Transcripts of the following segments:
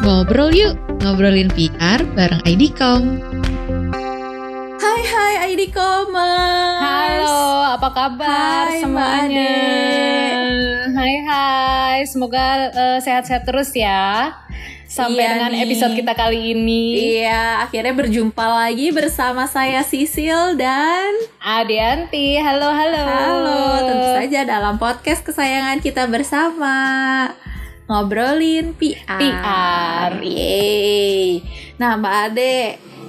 Ngobrol yuk, ngobrolin PR bareng IDCOM. Hai IDCOMers. Halo, apa kabar semuanya? Hai, semoga sehat-sehat terus ya. Sampai dengan episode kita kali ini. Iya, akhirnya berjumpa lagi bersama saya Sisil dan Adianti. Halo. Halo, tentu saja dalam podcast kesayangan kita bersama, ngobrolin PR. Yeay. Nah Mbak Ade,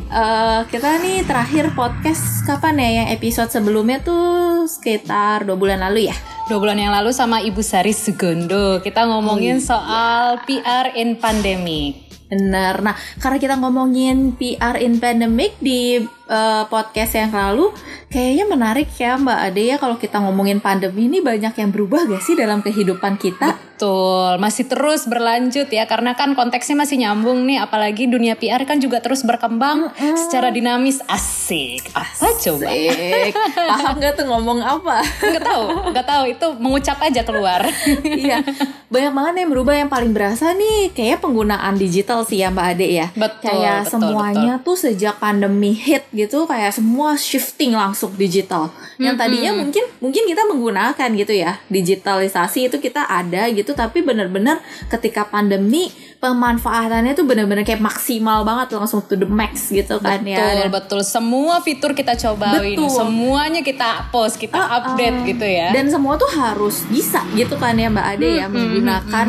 kita nih terakhir podcast kapan ya? Yang episode sebelumnya tuh sekitar 2 bulan lalu ya? 2 bulan yang lalu sama Ibu Sari Sugondo. Kita ngomongin soal PR in pandemic. Bener. Nah, karena kita ngomongin PR in pandemic di podcast yang lalu, kayaknya menarik ya Mbak Ade ya, kalau kita ngomongin pandemi ini banyak yang berubah gak sih dalam kehidupan kita? Betul, masih terus berlanjut ya, karena kan konteksnya masih nyambung nih, apalagi dunia PR kan juga terus berkembang secara dinamis. Asik. Apa coba? Paham gak tuh ngomong apa? Nggak tahu, itu mengucap aja keluar. Iya, banyak banget yang berubah. Yang paling berasa nih kayaknya penggunaan digital sih ya Mbak Ade ya. Kayak semuanya tuh sejak pandemi hit gitu, kayak semua shifting langsung digital. Yang tadinya mungkin kita menggunakan gitu ya, digitalisasi itu kita ada gitu, tapi benar-benar ketika pandemi pemanfaatannya tuh benar-benar kayak maksimal banget, langsung to the max gitu kan. Betul. Semua fitur kita cobain, semuanya kita post, kita update gitu ya. Dan semua tuh harus bisa gitu kan ya Mbak Ade ya, menggunakan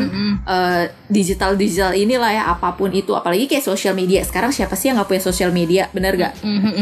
digital inilah ya, apapun itu. Apalagi kayak social media. Sekarang siapa sih yang gak punya social media, bener gak?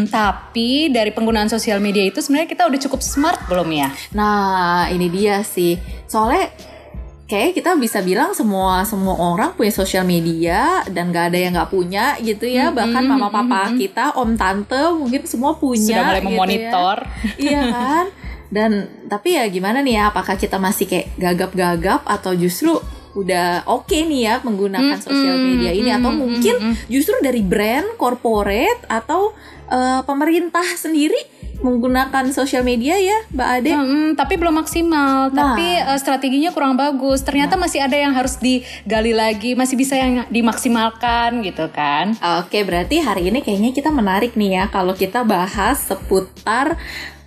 Tapi dari penggunaan sosial media itu sebenarnya kita udah cukup smart belum ya? Nah ini dia sih, soalnya kayak kita bisa bilang semua orang punya sosial media dan gak ada yang gak punya gitu ya. Bahkan mama papa kita, om tante mungkin semua punya. Sudah mulai gitu memonitor ya. Iya kan. Dan tapi ya gimana nih ya, apakah kita masih kayak gagap-gagap atau justru udah oke nih ya menggunakan sosial media ini, atau mungkin justru dari brand, corporate atau pemerintah sendiri menggunakan sosial media ya Mbak Ade? Tapi belum maksimal. Tapi strateginya kurang bagus. Ternyata masih ada yang harus digali lagi, masih bisa yang dimaksimalkan gitu kan. Oke, berarti hari ini kayaknya kita menarik nih ya kalau kita bahas seputar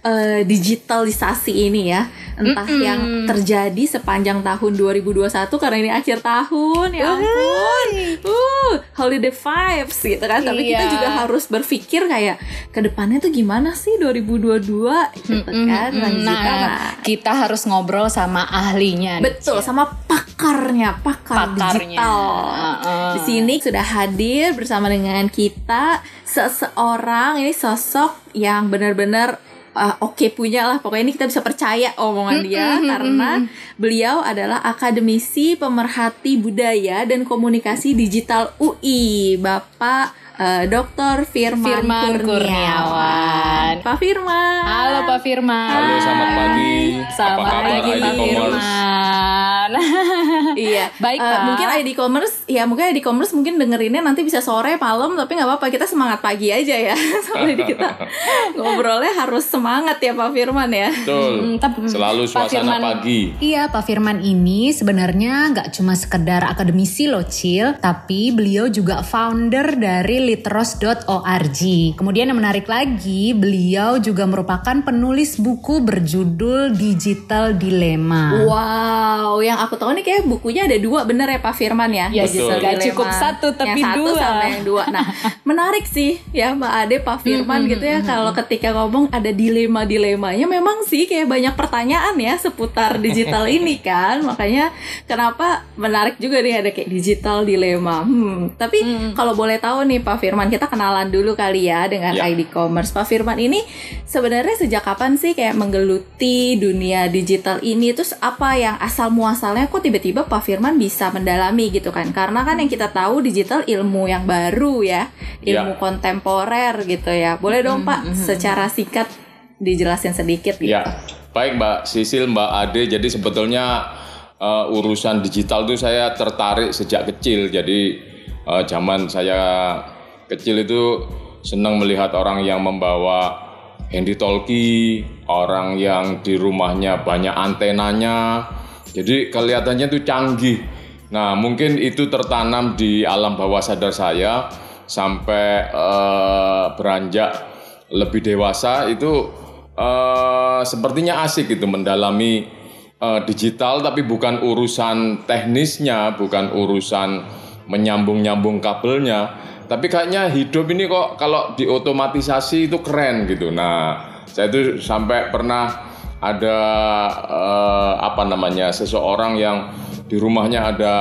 digitalisasi ini ya, entah yang terjadi sepanjang tahun 2021, karena ini akhir tahun ya ampun, holiday vibes gitu kan. Tapi kita juga harus berpikir kayak kedepannya tuh gimana sih 2022 gitu kan. Kita harus ngobrol sama ahlinya. Betul, sama pakarnya digital. Di sini sudah hadir bersama dengan kita seseorang, ini sosok yang benar-benar punya lah, pokoknya ini kita bisa percaya omongan dia, karena beliau adalah akademisi pemerhati budaya dan komunikasi digital UI, Bapak Dr. Firman Kurniawan. Pak Firman. Halo Pak Firman. Halo, selamat pagi. Selamat pagi Pak Firman. Iya, baik Pak. Mungkin ID-commerce mungkin dengerinnya nanti bisa sore, malam, tapi nggak apa-apa, kita semangat pagi aja ya. Soalnya kita ngobrolnya harus semangat ya Pak Firman ya. Betul. Selalu suasana pagi. Iya, Pak Firman ini sebenarnya nggak cuma sekedar akademisi loh Cil, tapi beliau juga founder dari litros.org. Kemudian yang menarik lagi, beliau juga merupakan penulis buku berjudul Digital Dilema. Wow, yang aku tahu nih kayak bukunya ada 2, bener ya Pak Firman ya? Ya, gak cukup 1 tapi yang 1 sama yang 2. Nah, menarik sih ya Mbak Ade, Pak Firman gitu ya, kalau ketika ngomong ada dilema-dilemanya, memang sih kayak banyak pertanyaan ya seputar digital ini kan. Makanya kenapa menarik juga nih ada kayak digital dilema. Tapi kalau boleh tahu nih Pak Firman, kita kenalan dulu kali ya dengan IDCOMmerce. Pak Firman ini sebenarnya sejak kapan sih kayak menggeluti dunia digital ini? Terus apa yang asal muasalnya kok tiba-tiba Pak Firman bisa mendalami gitu kan? Karena kan yang kita tahu digital ilmu yang baru ya, ilmu kontemporer gitu ya. Boleh dong Pak secara singkat dijelasin sedikit gitu. Ya, baik Mbak Sisil, Mbak Ade. Jadi sebetulnya urusan digital itu saya tertarik sejak kecil. Jadi zaman saya kecil itu senang melihat orang yang membawa handy-talkie, orang yang di rumahnya banyak antenanya. Jadi kelihatannya itu canggih. Nah, mungkin itu tertanam di alam bawah sadar saya sampai beranjak lebih dewasa itu sepertinya asik itu mendalami digital, tapi bukan urusan teknisnya, bukan urusan menyambung-nyambung kabelnya, tapi kayaknya hidup ini kok kalau diotomatisasi itu keren gitu. Nah, saya itu sampai pernah ada seseorang yang di rumahnya ada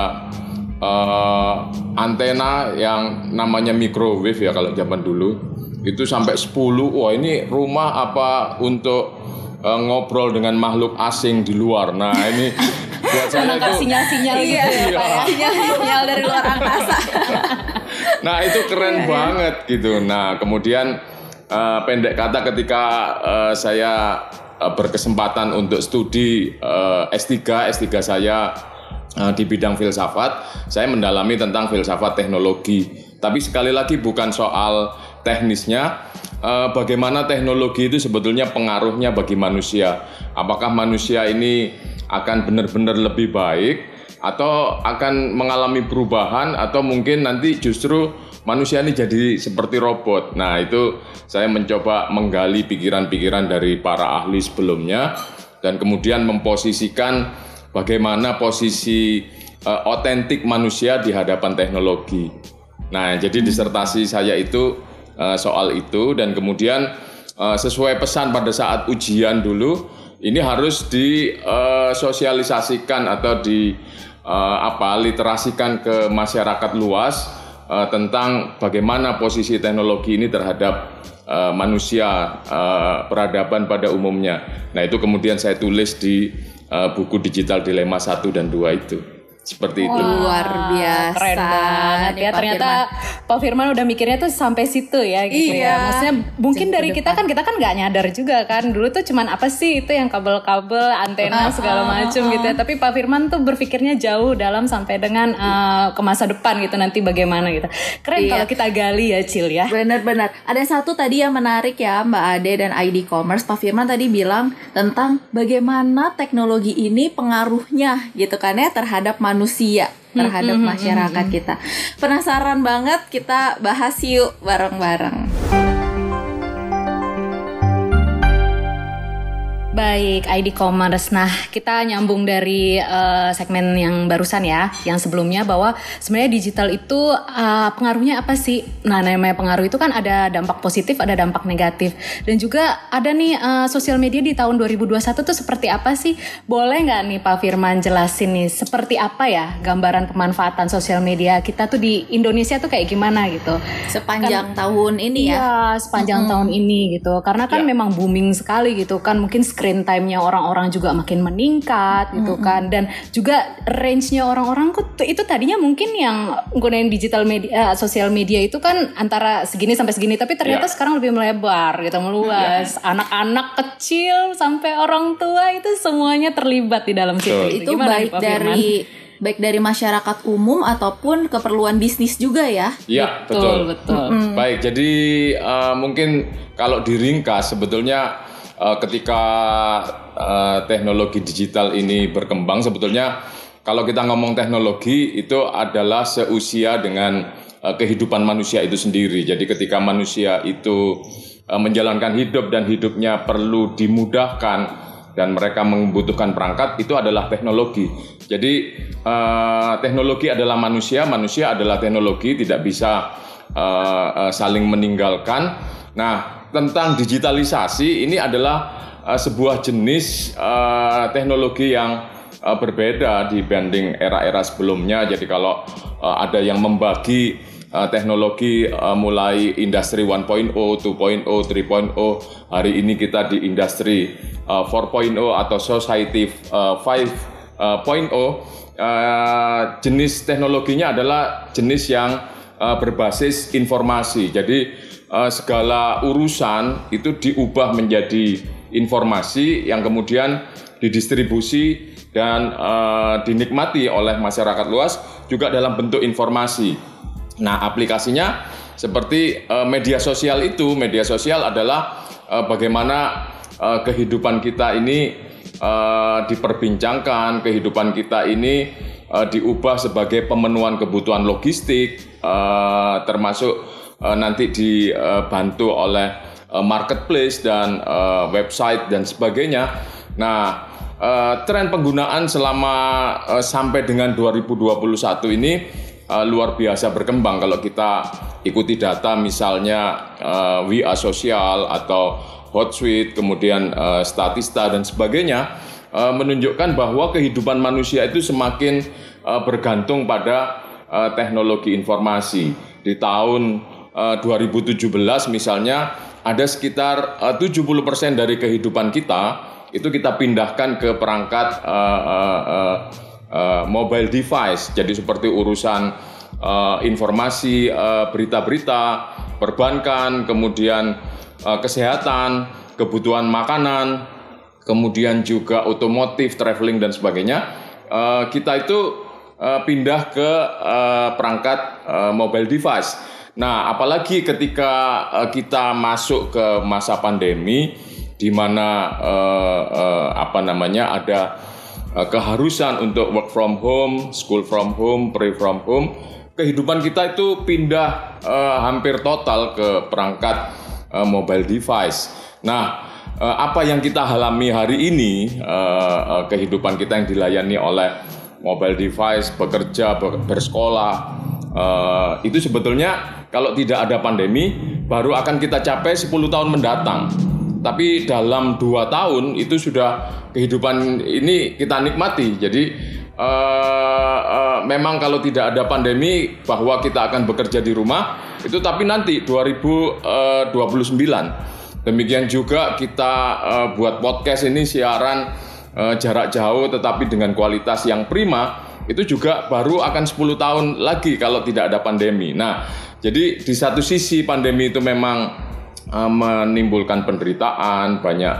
antena yang namanya microwave ya kalau zaman dulu itu sampai 10. Wah, ini rumah apa untuk ngobrol dengan makhluk asing di luar. Nah, ini buat saya itu sinyal-sinyal gitu ya. Sinyal dari luar angkasa. Nah, itu keren banget gitu. Nah, kemudian pendek kata ketika saya berkesempatan untuk studi S3 saya di bidang filsafat, saya mendalami tentang filsafat teknologi. Tapi sekali lagi bukan soal teknisnya, bagaimana teknologi itu sebetulnya pengaruhnya bagi manusia. Apakah manusia ini akan benar-benar lebih baik atau akan mengalami perubahan atau mungkin nanti justru manusia ini jadi seperti robot. Nah, itu saya mencoba menggali pikiran-pikiran dari para ahli sebelumnya dan kemudian memposisikan bagaimana posisi otentik manusia di hadapan teknologi. Nah, jadi disertasi saya itu soal itu dan kemudian sesuai pesan pada saat ujian dulu, ini harus disosialisasikan atau literasikan ke masyarakat luas tentang bagaimana posisi teknologi ini terhadap manusia, peradaban pada umumnya. Nah, itu kemudian saya tulis di buku digital Dilema 1 dan 2 itu. Seperti itu. Luar biasa. Keren banget ya. Ternyata Pak Firman udah mikirnya tuh sampai situ ya gitu ya. Maksudnya mungkin dari kita kan nggak nyadar juga kan. Dulu tuh cuman apa sih itu yang kabel-kabel, antena segala macam gitu ya. Tapi Pak Firman tuh berpikirnya jauh dalam sampai dengan ke masa depan gitu nanti bagaimana gitu. Keren kalau kita gali ya, Cil ya. Benar-benar. Ada satu tadi yang menarik ya Mbak Ade dan ID Commerce. Pak Firman tadi bilang tentang bagaimana teknologi ini pengaruhnya gitu kan ya terhadap manusia, terhadap masyarakat kita. Penasaran banget, kita bahas yuk bareng-bareng. Baik, ID Commerce. Nah, kita nyambung dari segmen yang barusan ya, yang sebelumnya bahwa sebenarnya digital itu pengaruhnya apa sih? Nah, namanya pengaruh itu kan ada dampak positif, ada dampak negatif. Dan juga ada nih sosial media di tahun 2021 tuh seperti apa sih? Boleh nggak nih Pak Firman jelasin nih, seperti apa ya gambaran pemanfaatan sosial media kita tuh di Indonesia tuh kayak gimana gitu? Sepanjang tahun ini ya? Iya, sepanjang tahun ini gitu. Karena kan memang booming sekali gitu kan, mungkin screen time-nya orang-orang juga makin meningkat gitu kan, dan juga range-nya orang-orang itu tadinya mungkin yang menggunakan digital media, sosial media itu kan antara segini sampai segini, tapi ternyata sekarang lebih melebar gitu, meluas. Anak-anak kecil sampai orang tua itu semuanya terlibat di dalam situ. Itu baik dari masyarakat umum ataupun keperluan bisnis juga ya? Iya, betul. Baik, jadi mungkin kalau diringkas sebetulnya ketika teknologi digital ini berkembang, sebetulnya kalau kita ngomong teknologi itu adalah seusia dengan kehidupan manusia itu sendiri. Jadi ketika manusia itu menjalankan hidup dan hidupnya perlu dimudahkan dan mereka membutuhkan perangkat, itu adalah teknologi. Jadi teknologi adalah manusia, manusia adalah teknologi, tidak bisa saling meninggalkan. Nah, tentang digitalisasi ini adalah sebuah jenis teknologi yang berbeda dibanding era-era sebelumnya. Jadi kalau ada yang membagi teknologi mulai industri 1.0, 2.0, 3.0, hari ini kita di industri 4.0 atau society 5.0, jenis teknologinya adalah jenis yang berbasis informasi. Jadi segala urusan itu diubah menjadi informasi yang kemudian didistribusi dan dinikmati oleh masyarakat luas juga dalam bentuk informasi. Nah, aplikasinya seperti media sosial itu. Media sosial adalah bagaimana kehidupan kita ini diperbincangkan, kehidupan kita ini diubah sebagai pemenuhan kebutuhan logistik, termasuk nanti dibantu oleh marketplace dan website dan sebagainya. Nah, tren penggunaan selama sampai dengan 2021 ini luar biasa berkembang. Kalau kita ikuti data misalnya WA Sosial atau Hotsuite, kemudian Statista dan sebagainya, menunjukkan bahwa kehidupan manusia itu semakin bergantung pada teknologi informasi. Di tahun 2017 misalnya ada sekitar 70% dari kehidupan kita itu kita pindahkan ke perangkat mobile device. Jadi seperti urusan informasi, berita-berita, perbankan, kemudian kesehatan, kebutuhan makanan, kemudian juga otomotif, traveling dan sebagainya. Kita itu pindah ke perangkat mobile device. Nah, apalagi ketika kita masuk ke masa pandemi, di mana ada keharusan untuk work from home, school from home, pray from home, kehidupan kita itu pindah hampir total ke perangkat mobile device. Nah, apa yang kita alami hari ini, kehidupan kita yang dilayani oleh mobile device, bekerja, bersekolah, itu sebetulnya kalau tidak ada pandemi baru akan kita capai 10 tahun mendatang. Tapi dalam 2 tahun itu sudah kehidupan ini kita nikmati. Jadi memang kalau tidak ada pandemi bahwa kita akan bekerja di rumah itu, tapi nanti 2029. Demikian juga kita buat podcast ini siaran jarak jauh tetapi dengan kualitas yang prima, itu juga baru akan 10 tahun lagi kalau tidak ada pandemi. Nah, jadi di satu sisi pandemi itu memang menimbulkan penderitaan, banyak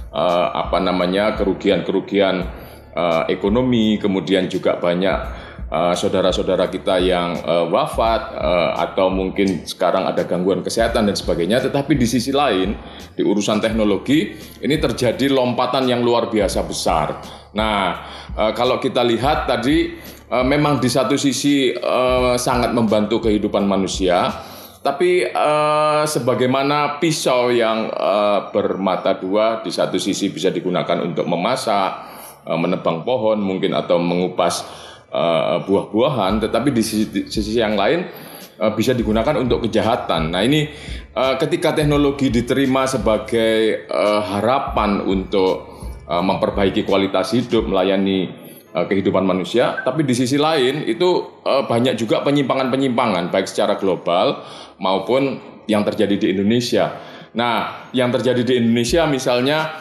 kerugian-kerugian ekonomi, kemudian juga banyak saudara-saudara kita yang wafat atau mungkin sekarang ada gangguan kesehatan dan sebagainya. Tetapi di sisi lain, di urusan teknologi ini terjadi lompatan yang luar biasa besar. Nah, kalau kita lihat tadi memang di satu sisi sangat membantu kehidupan manusia. Tapi sebagaimana pisau yang bermata dua, di satu sisi bisa digunakan untuk memasak, menebang pohon mungkin atau mengupas buah-buahan, tetapi di sisi yang lain bisa digunakan untuk kejahatan. Nah, ini ketika teknologi diterima sebagai harapan untuk memperbaiki kualitas hidup, melayani kehidupan manusia, tapi di sisi lain itu banyak juga penyimpangan-penyimpangan baik secara global maupun yang terjadi di Indonesia. Nah, yang terjadi di Indonesia misalnya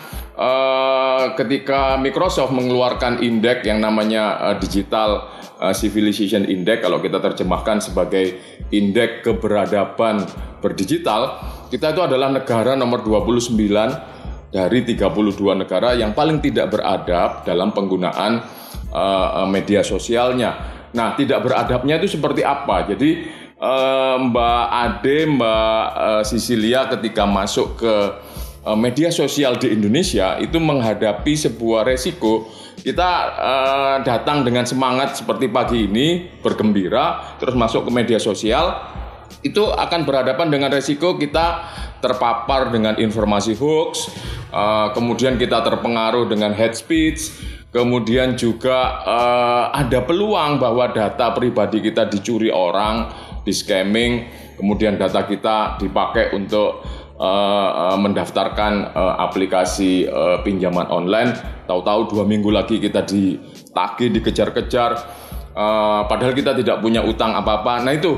ketika Microsoft mengeluarkan indeks yang namanya Digital Civilization Index, kalau kita terjemahkan sebagai indeks keberadaban berdigital, kita itu adalah negara nomor 29 dari 32 negara yang paling tidak beradab dalam penggunaan media sosialnya. Nah, tidak beradabnya itu seperti apa? Jadi Mbak Ade, Mbak Sisilia ketika masuk ke media sosial di Indonesia itu menghadapi sebuah resiko. Kita datang dengan semangat seperti pagi ini, bergembira, terus masuk ke media sosial, itu akan berhadapan dengan resiko kita terpapar dengan informasi hoax, kemudian kita terpengaruh dengan hate speech, kemudian juga ada peluang bahwa data pribadi kita dicuri orang, di-scamming, kemudian data kita dipakai untuk mendaftarkan aplikasi pinjaman online, tahu-tahu 2 minggu lagi kita ditagih, dikejar-kejar, padahal kita tidak punya utang apa-apa. Nah, itu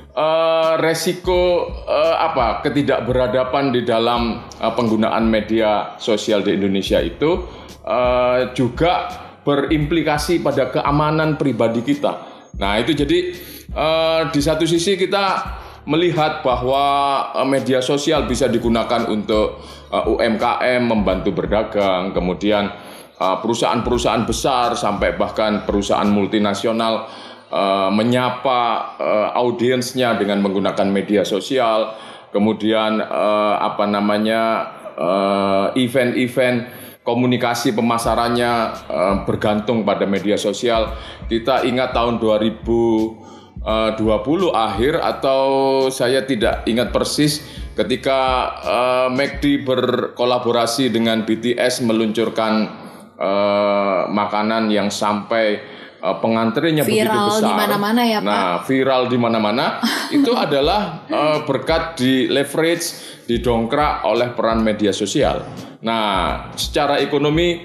resiko ketidakberadaban di dalam penggunaan media sosial di Indonesia itu juga berimplikasi pada keamanan pribadi kita. Nah, itu jadi di satu sisi kita melihat bahwa media sosial bisa digunakan untuk UMKM membantu berdagang, kemudian perusahaan-perusahaan besar sampai bahkan perusahaan multinasional menyapa audiensnya dengan menggunakan media sosial, kemudian event-event komunikasi pemasarannya bergantung pada media sosial. Kita ingat tahun 2020 akhir atau saya tidak ingat persis ketika McD berkolaborasi dengan BTS meluncurkan makanan yang sampai pengantrinya begitu besar. Viral di mana-mana ya, Pak. Nah, viral di mana-mana itu adalah berkat di leverage, didongkrak oleh peran media sosial. Nah, secara ekonomi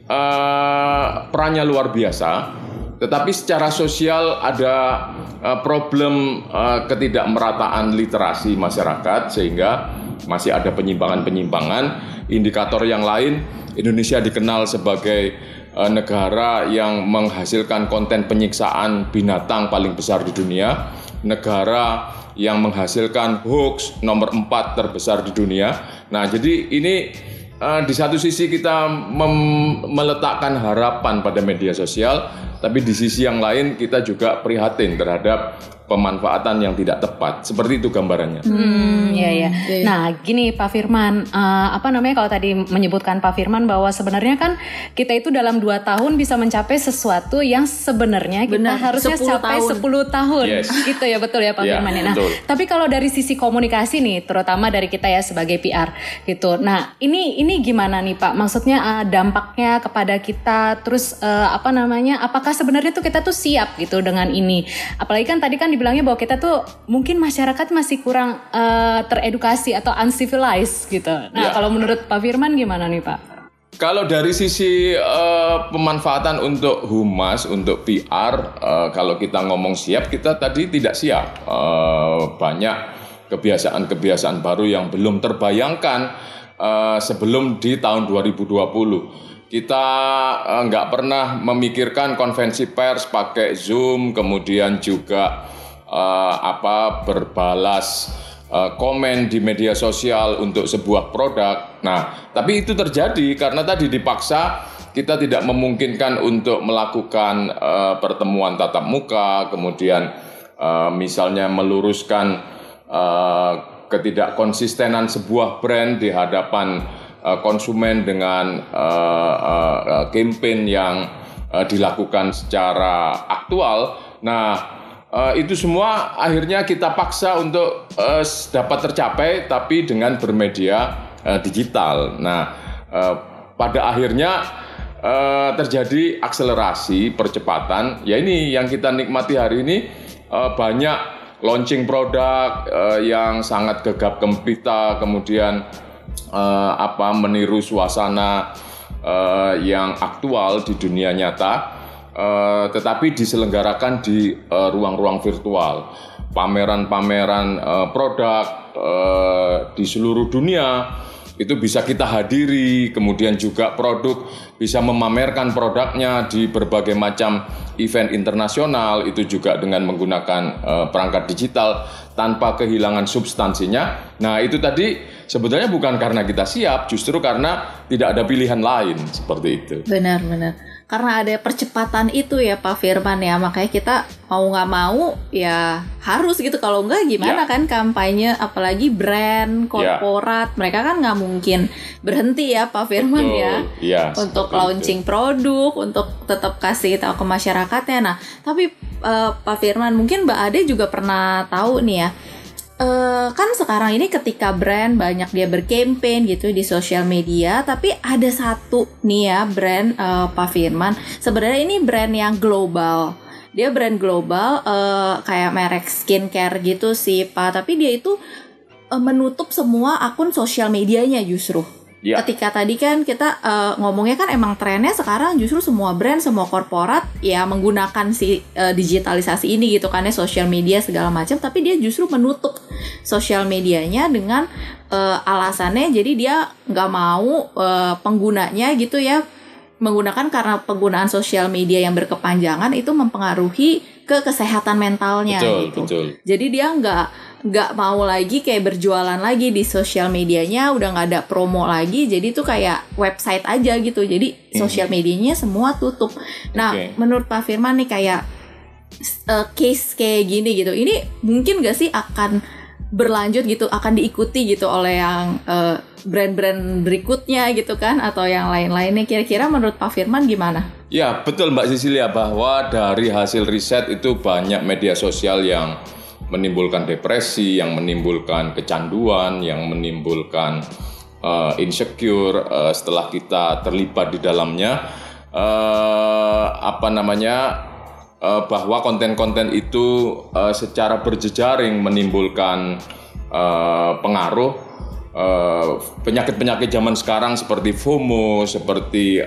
perannya luar biasa, tetapi secara sosial ada problem ketidakmerataan literasi masyarakat sehingga masih ada penyimpangan-penyimpangan. Indikator yang lain, Indonesia dikenal sebagai negara yang menghasilkan konten penyiksaan binatang paling besar di dunia, negara yang menghasilkan hoax nomor 4 terbesar di dunia. Nah, jadi ini di satu sisi kita meletakkan harapan pada media sosial, tapi di sisi yang lain kita juga prihatin terhadap pemanfaatan yang tidak tepat. Seperti itu gambarannya. Iya. Nah, gini Pak Firman, kalau tadi menyebutkan Pak Firman bahwa sebenarnya kan kita itu dalam 2 tahun bisa mencapai sesuatu yang sebenarnya kita harusnya 10 capai tahun. 10 tahun. Yes. Gitu ya, betul ya Pak Firman. Nah, betul. tapi kalau dari sisi komunikasi nih, terutama dari kita ya sebagai PR gitu. Nah, ini gimana nih Pak? Maksudnya dampaknya kepada kita, terus apakah sebenarnya tuh kita tuh siap gitu dengan ini? Apalagi kan tadi kan dibilangnya bahwa kita tuh mungkin masyarakat masih kurang teredukasi atau uncivilized gitu. Nah, kalau menurut Pak Firman gimana nih Pak? Kalau dari sisi pemanfaatan untuk humas, untuk PR, kalau kita ngomong siap, kita tadi tidak siap. Banyak kebiasaan-kebiasaan baru yang belum terbayangkan sebelum di tahun 2020. Kita nggak pernah memikirkan konvensi pers pakai Zoom, kemudian juga berbalas komen di media sosial untuk sebuah produk. Nah, tapi itu terjadi karena tadi dipaksa, kita tidak memungkinkan untuk melakukan pertemuan tatap muka, kemudian misalnya meluruskan ketidakkonsistenan sebuah brand di hadapan konsumen dengan campaign yang dilakukan secara aktual. Nah, itu semua akhirnya kita paksa untuk dapat tercapai, tapi dengan bermedia digital. Nah, pada akhirnya terjadi akselerasi, percepatan. Ya ini yang kita nikmati hari ini, banyak launching produk yang sangat gegap gempita, kemudian meniru suasana yang aktual di dunia nyata. Tetapi diselenggarakan di ruang-ruang virtual, pameran-pameran produk di seluruh dunia itu bisa kita hadiri, kemudian juga produk bisa memamerkan produknya di berbagai macam event internasional, itu juga dengan menggunakan perangkat digital tanpa kehilangan substansinya. Nah, itu tadi sebetulnya bukan karena kita siap, justru karena tidak ada pilihan lain, seperti itu. Benar. Karena ada percepatan itu ya Pak Firman ya, makanya kita mau nggak mau ya harus gitu. Kalau nggak gimana kan kampanye, apalagi brand, korporat, mereka kan nggak mungkin berhenti ya Pak Firman. Betul. Ya untuk launching produk, untuk tetap kasih tahu ke masyarakatnya. Nah, tapi Pak Firman, mungkin Mbak Ade juga pernah tahu nih ya, kan sekarang ini ketika brand banyak dia berkampanye gitu di sosial media, tapi ada satu nih ya brand Pak Firman, sebenarnya ini brand yang global. Dia brand global kayak merek skincare gitu sih Pak, tapi dia itu menutup semua akun sosial medianya justru. Ketika tadi kan kita ngomongnya kan emang trennya sekarang justru semua brand, semua korporat ya menggunakan si digitalisasi ini gitu kan ya, sosial media segala macam, tapi dia justru menutup sosial medianya dengan alasannya jadi dia nggak mau penggunanya gitu ya menggunakan, karena penggunaan sosial media yang berkepanjangan itu mempengaruhi ke kesehatan mentalnya. Betul. Jadi dia nggak mau lagi kayak berjualan lagi di sosial medianya, udah nggak ada promo lagi, jadi tuh kayak website aja gitu, jadi sosial medianya semua tutup. Nah, menurut Pak Firman nih kayak case kayak gini gitu, ini mungkin nggak sih akan berlanjut gitu, akan diikuti gitu oleh yang brand-brand berikutnya gitu kan, atau yang lain-lainnya. Kira-kira menurut Pak Firman gimana? Ya, betul Mbak Cecilia, bahwa dari hasil riset itu banyak media sosial yang menimbulkan depresi, yang menimbulkan kecanduan, yang menimbulkan insecure setelah kita terlibat di dalamnya. Bahwa konten-konten itu secara berjejaring menimbulkan pengaruh penyakit-penyakit zaman sekarang seperti FOMO, seperti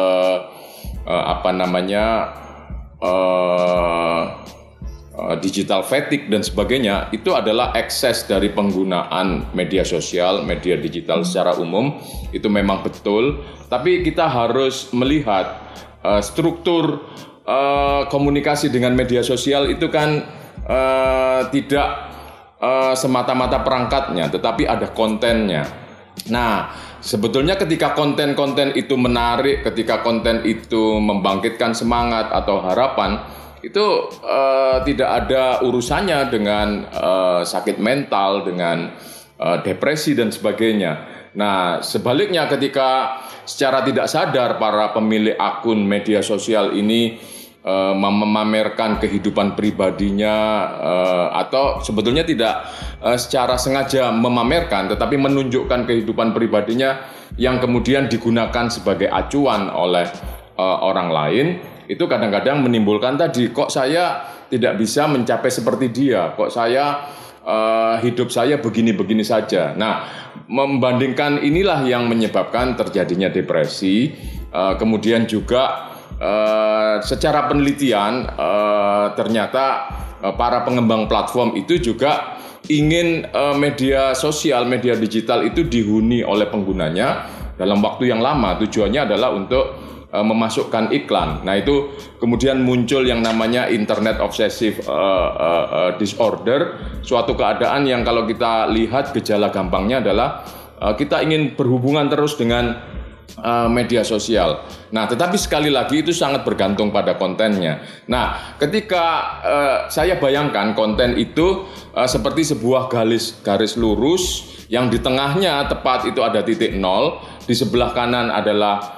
digital fatigue dan sebagainya. Itu adalah ekses dari penggunaan media sosial, media digital secara umum. Itu memang betul, tapi kita harus melihat struktur komunikasi dengan media sosial itu kan tidak semata-mata perangkatnya, tetapi ada kontennya. Nah, sebetulnya ketika konten-konten itu menarik, ketika konten itu membangkitkan semangat atau harapan, itu tidak ada urusannya dengan sakit mental, dengan depresi dan sebagainya. Nah, sebaliknya ketika secara tidak sadar para pemilik akun media sosial ini memamerkan kehidupan pribadinya atau sebetulnya tidak secara sengaja memamerkan, tetapi menunjukkan kehidupan pribadinya yang kemudian digunakan sebagai acuan oleh orang lain, itu kadang-kadang menimbulkan tadi, kok saya tidak bisa mencapai seperti dia, kok saya hidup saya begini-begini saja. Nah, membandingkan inilah yang menyebabkan terjadinya depresi. Kemudian juga secara penelitian ternyata para pengembang platform itu juga ingin media sosial, media digital itu dihuni oleh penggunanya dalam waktu yang lama. Tujuannya adalah untuk memasukkan iklan. Nah, itu kemudian muncul yang namanya internet obsessive disorder, suatu keadaan yang kalau kita lihat gejala gampangnya adalah kita ingin berhubungan terus dengan media sosial. Nah, tetapi sekali lagi itu sangat bergantung pada kontennya. Nah, ketika saya bayangkan konten itu seperti sebuah garis lurus yang di tengahnya tepat itu ada titik nol, di sebelah kanan adalah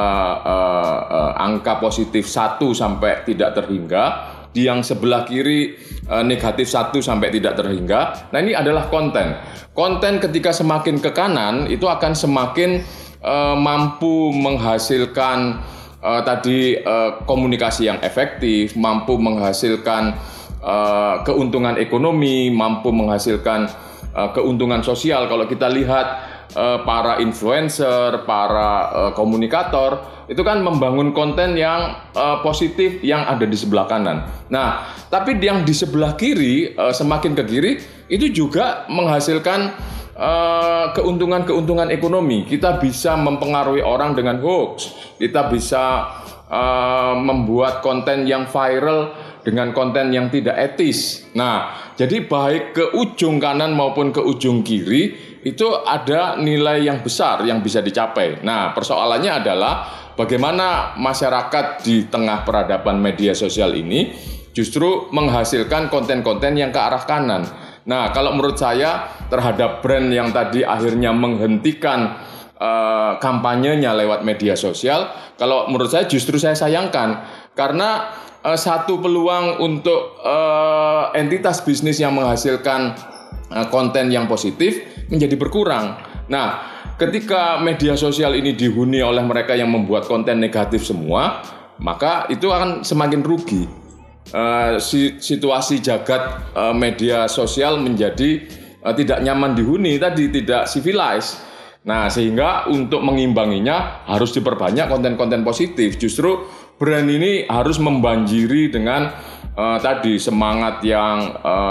angka positif 1 sampai tidak terhingga, di yang sebelah kiri negatif 1 sampai tidak terhingga. Nah, ini adalah konten. Konten ketika semakin ke kanan itu akan semakin mampu menghasilkan komunikasi yang efektif, mampu menghasilkan keuntungan ekonomi, mampu menghasilkan keuntungan sosial. Kalau kita lihat para influencer, para komunikator itu kan membangun konten yang positif yang ada di sebelah kanan. Nah, tapi yang di sebelah kiri, semakin ke kiri itu juga menghasilkan keuntungan ekonomi. Kita bisa mempengaruhi orang dengan hoax, kita bisa membuat konten yang viral dengan konten yang tidak etis. Nah, jadi baik ke ujung kanan maupun ke ujung kiri itu ada nilai yang besar yang bisa dicapai. Nah, persoalannya adalah bagaimana masyarakat di tengah peradaban media sosial ini justru menghasilkan konten-konten yang ke arah kanan. Nah, kalau menurut saya terhadap brand yang tadi akhirnya menghentikan kampanyenya lewat media sosial, kalau menurut saya justru saya sayangkan, karena satu peluang untuk entitas bisnis yang menghasilkan konten yang positif menjadi berkurang. Nah, ketika media sosial ini dihuni oleh mereka yang membuat konten negatif semua, maka itu akan semakin rugi. Situasi jagat media sosial menjadi tidak nyaman dihuni tadi, tidak civilized. Nah, sehingga untuk mengimbanginya harus diperbanyak konten-konten positif. Justru brand ini harus membanjiri dengan tadi semangat yang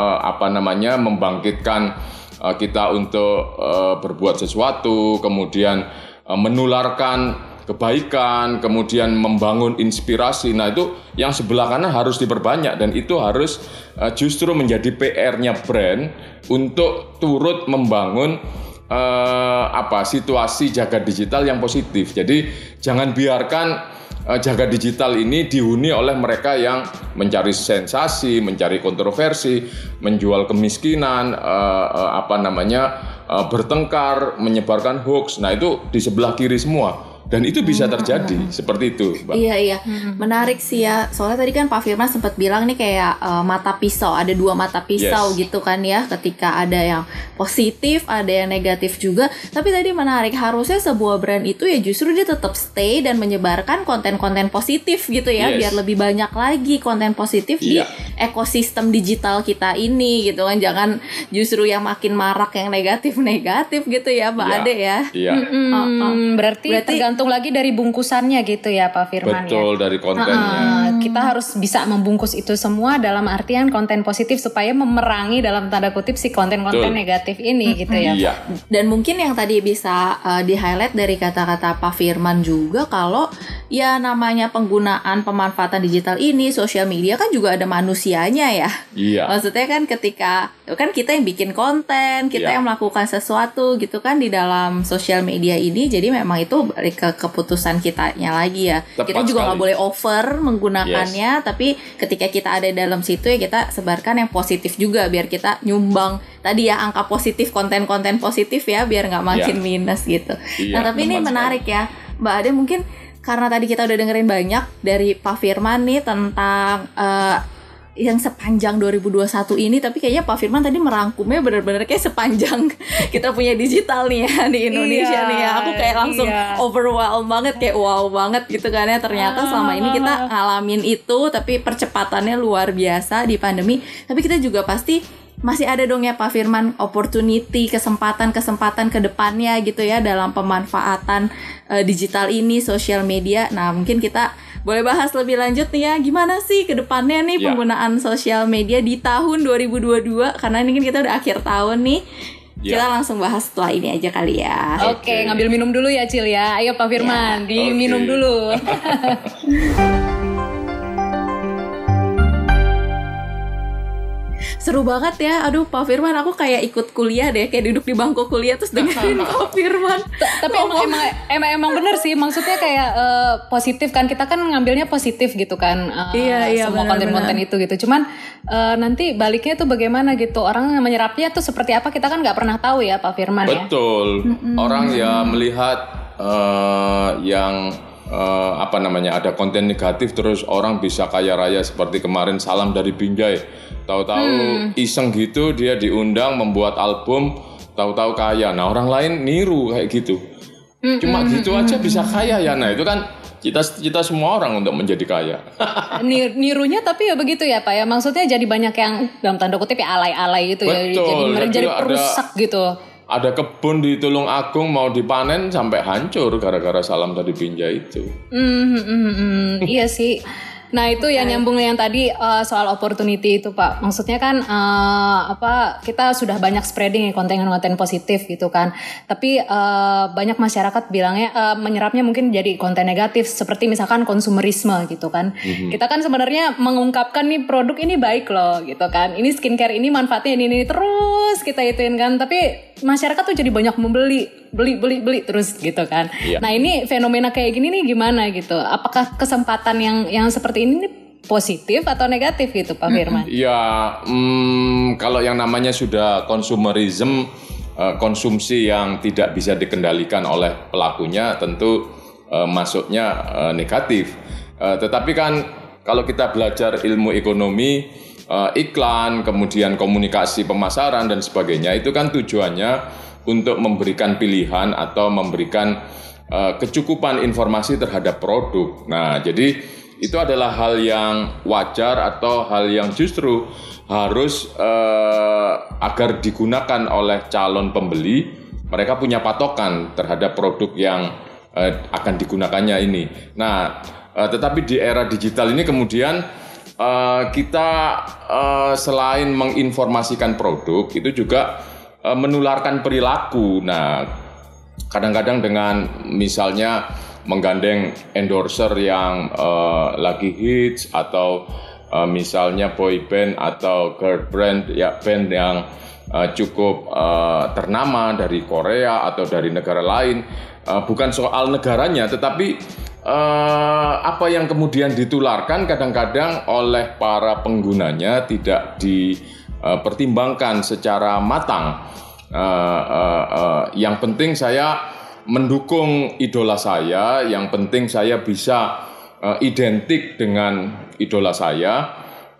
membangkitkan kita untuk berbuat sesuatu, kemudian menularkan kebaikan, kemudian membangun inspirasi. Nah, itu yang sebelah kanan harus diperbanyak, dan itu harus justru menjadi PR-nya brand untuk turut membangun situasi jagat digital yang positif. Jadi jangan biarkan jagat digital ini dihuni oleh mereka yang mencari sensasi, mencari kontroversi, menjual kemiskinan, bertengkar, menyebarkan hoax. Nah, itu di sebelah kiri semua. Dan itu bisa terjadi seperti itu, Mbak. Iya. Menarik sih ya. Soalnya tadi kan Pak Firman sempat bilang nih kayak mata pisau, ada dua mata pisau gitu kan ya. Ketika ada yang positif, ada yang negatif juga. Tapi tadi menarik, harusnya sebuah brand itu ya justru dia tetap stay dan menyebarkan konten-konten positif gitu ya, biar lebih banyak lagi konten positif di ekosistem digital kita ini gitu kan. Jangan justru yang makin marak yang negatif-negatif gitu ya, Mbak Ade ya. Iya. Berarti tergantung lagi dari bungkusannya gitu ya Pak Firman. Betul, dari kontennya. Kita harus bisa membungkus itu semua dalam artian konten positif supaya memerangi dalam tanda kutip si konten-konten negatif ini gitu ya. Iya. Dan mungkin yang tadi bisa di-highlight dari kata-kata Pak Firman juga, kalau ya namanya penggunaan pemanfaatan digital ini, sosial media kan juga ada manusianya ya. Iya. Maksudnya kan ketika kan kita yang bikin konten, kita yang melakukan sesuatu gitu kan di dalam sosial media ini, jadi memang itu balik ke keputusan kitanya lagi ya. Tepat kita juga nggak sekali. boleh over menggunakannya, tapi ketika kita ada dalam situ ya kita sebarkan yang positif juga, biar kita nyumbang tadi ya angka positif, konten-konten positif ya, biar nggak makin minus gitu. Iya, Nah tapi ini menarik ya Mbak Ade, mungkin karena tadi kita udah dengerin banyak dari Pak Firman nih tentang yang sepanjang 2021 ini, tapi kayaknya Pak Firman tadi merangkumnya benar-benar kayak sepanjang kita punya digital nih ya di Indonesia nih ya. Aku kayak langsung overwhelmed banget, kayak wow banget gitu kan ya. Ternyata selama ini kita ngalamin itu, tapi percepatannya luar biasa di pandemi. Tapi kita juga pasti masih ada dong ya Pak Firman opportunity, kesempatan ke depannya gitu ya dalam pemanfaatan digital ini, sosial media. Nah, mungkin kita boleh bahas lebih lanjut nih ya, gimana sih ke depannya nih penggunaan sosial media di tahun 2022, karena ini kan kita udah akhir tahun nih. Kita langsung bahas setelah ini aja kali ya. Oke, ngambil minum dulu ya Cil ya. Ayo Pak Firman, diminum dulu. Seru banget ya. Aduh Pak Firman, aku kayak ikut kuliah deh, kayak duduk di bangku kuliah terus dengerin Pak Firman. Tapi emang bener sih, maksudnya kayak positif kan, kita kan ngambilnya positif gitu kan. Semua konten-konten itu gitu. Cuman nanti baliknya tuh bagaimana gitu, orang menyerapnya tuh seperti apa, kita kan nggak pernah tahu ya Pak Firman. Betul. Orang ya melihat yang ada konten negatif, terus orang bisa kaya raya seperti kemarin Salam dari Binjai. Tahu-tahu iseng gitu dia diundang membuat album, tahu-tahu kaya. Nah, orang lain niru kayak gitu. Cuma gitu aja bisa kaya ya. Nah, itu kan kita semua orang untuk menjadi kaya. Nirunya tapi ya begitu ya Pak ya. Maksudnya jadi banyak yang dalam tanda kutip ya alay-alay gitu. Betul. Ya. Jadi perusak gitu. Ada kebun di Tulung Agung mau dipanen sampai hancur gara-gara Salam dari Binjai itu. Iya sih. Nah itu yang nyambung yang tadi soal opportunity itu Pak. Maksudnya kan kita sudah banyak spreading konten-konten positif gitu kan. Tapi banyak masyarakat bilangnya menyerapnya mungkin jadi konten negatif, seperti misalkan konsumerisme gitu kan. Kita kan sebenarnya mengungkapkan nih produk ini baik loh gitu kan. Ini skincare ini manfaatnya ini terus kita ituin kan. Tapi masyarakat tuh jadi banyak beli terus gitu kan. Iya. Nah ini fenomena kayak gini nih gimana gitu? Apakah kesempatan yang seperti ini nih positif atau negatif gitu Pak Firman? Ya kalau yang namanya sudah konsumerisme, konsumsi yang tidak bisa dikendalikan oleh pelakunya, tentu masuknya negatif. Tetapi kan kalau kita belajar ilmu ekonomi, iklan, kemudian komunikasi pemasaran dan sebagainya, itu kan tujuannya untuk memberikan pilihan atau memberikan kecukupan informasi terhadap produk. Nah, jadi itu adalah hal yang wajar atau hal yang justru harus agar digunakan oleh calon pembeli. Mereka punya patokan terhadap produk yang akan digunakannya ini. Nah, tetapi di era digital ini kemudian kita selain menginformasikan produk, itu juga menularkan perilaku. Nah, kadang-kadang dengan misalnya menggandeng endorser yang lagi hits, atau misalnya boy band atau girl band ya, band yang cukup ternama dari Korea atau dari negara lain. Bukan soal negaranya, tetapi apa yang kemudian ditularkan kadang-kadang oleh para penggunanya tidak dipertimbangkan secara matang. Yang penting saya mendukung idola saya, yang penting saya bisa identik dengan idola saya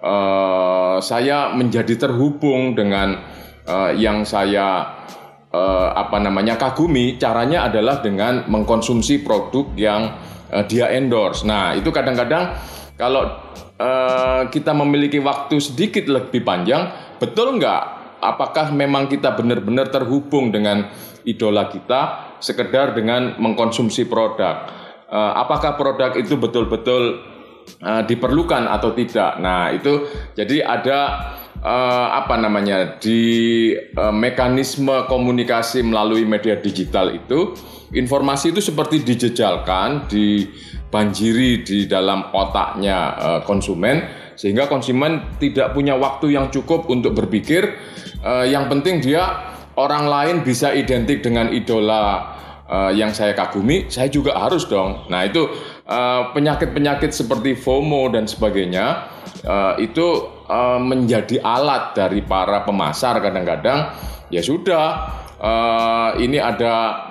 menjadi terhubung dengan yang saya kagumi. Caranya adalah dengan mengkonsumsi produk yang dia endorse. Nah, itu kadang-kadang kalau kita memiliki waktu sedikit lebih panjang, betul nggak? Apakah memang kita benar-benar terhubung dengan idola kita sekedar dengan mengkonsumsi produk? Apakah produk itu betul-betul diperlukan atau tidak? Nah, itu jadi ada di mekanisme komunikasi melalui media digital itu, informasi itu seperti dijejalkan, dibanjiri di dalam otaknya konsumen, sehingga konsumen tidak punya waktu yang cukup untuk berpikir. Yang penting dia orang lain bisa identik dengan idola yang saya kagumi, saya juga harus dong. Nah, itu penyakit-penyakit seperti FOMO dan sebagainya itu menjadi alat dari para pemasar kadang-kadang. Ya sudah, ini ada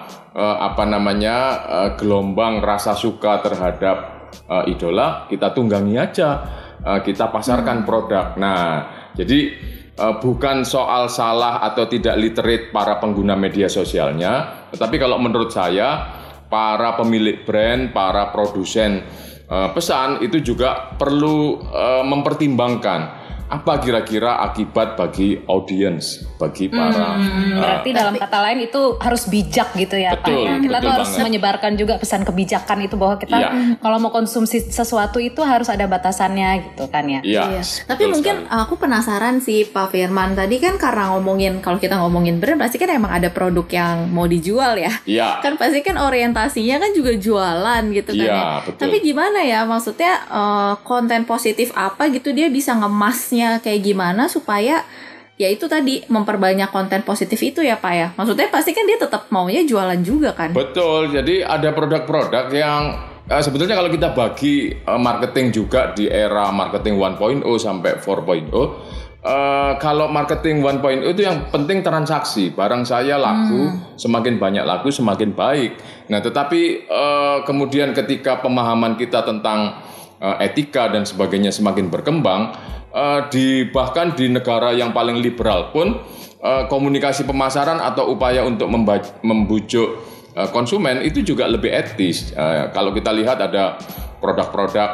gelombang rasa suka terhadap idola, kita tunggangi aja, kita pasarkan produk. Nah, jadi bukan soal salah atau tidak literate para pengguna media sosialnya, tetapi kalau menurut saya para pemilik brand, para produsen pesan itu juga perlu mempertimbangkan apa kira-kira akibat bagi audiens, bagi para berarti dalam kata lain itu harus bijak gitu ya, betul, Pak. Kita betul tuh harus banget. menyebarkan juga pesan kebijakan itu, bahwa kita kalau mau konsumsi sesuatu itu harus ada batasannya gitu kan ya. Iya. Tapi mungkin aku penasaran sih Pak Firman, tadi kan karena kalau kita ngomongin brand pasti kan emang ada produk yang mau dijual ya. Iya. Kan pasti kan orientasinya kan juga jualan gitu kan Iya, ya. betul. Tapi gimana ya, maksudnya konten positif apa gitu dia bisa ngemasnya kayak gimana supaya ya itu tadi memperbanyak konten positif itu ya Pak ya. Maksudnya pasti kan dia tetap maunya jualan juga kan. Betul, jadi ada produk-produk yang sebetulnya kalau kita bagi marketing juga di era marketing 1.0 sampai 4.0, kalau marketing 1.0 itu yang penting transaksi, barang saya laku, semakin banyak laku semakin baik. Nah, tetapi kemudian ketika pemahaman kita tentang etika dan sebagainya semakin berkembang, bahkan di negara yang paling liberal pun komunikasi pemasaran atau upaya untuk membujuk konsumen itu juga lebih etis. Kalau kita lihat ada produk-produk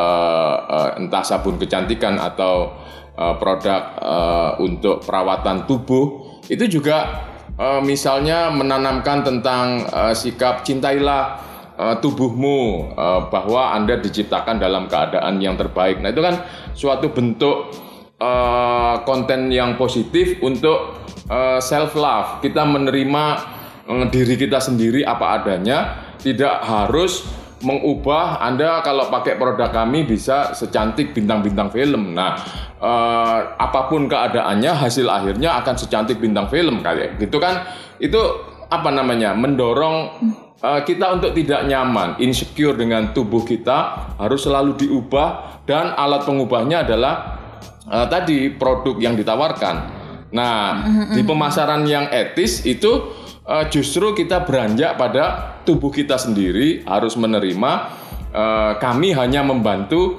entah sabun kecantikan atau produk untuk perawatan tubuh, itu juga misalnya menanamkan tentang sikap cintailah tubuhmu, bahwa Anda diciptakan dalam keadaan yang terbaik. Nah, itu kan suatu bentuk konten yang positif untuk self love. Kita menerima diri kita sendiri apa adanya, tidak harus mengubah. Anda kalau pakai produk kami bisa secantik bintang-bintang film. Nah, apapun keadaannya, hasil akhirnya akan secantik bintang film kayak gitu kan. Itu mendorong kita untuk tidak nyaman, insecure dengan tubuh kita, harus selalu diubah, dan alat pengubahnya adalah tadi produk yang ditawarkan. Nah, di pemasaran yang etis itu justru kita beranjak pada tubuh kita sendiri, harus menerima kami hanya membantu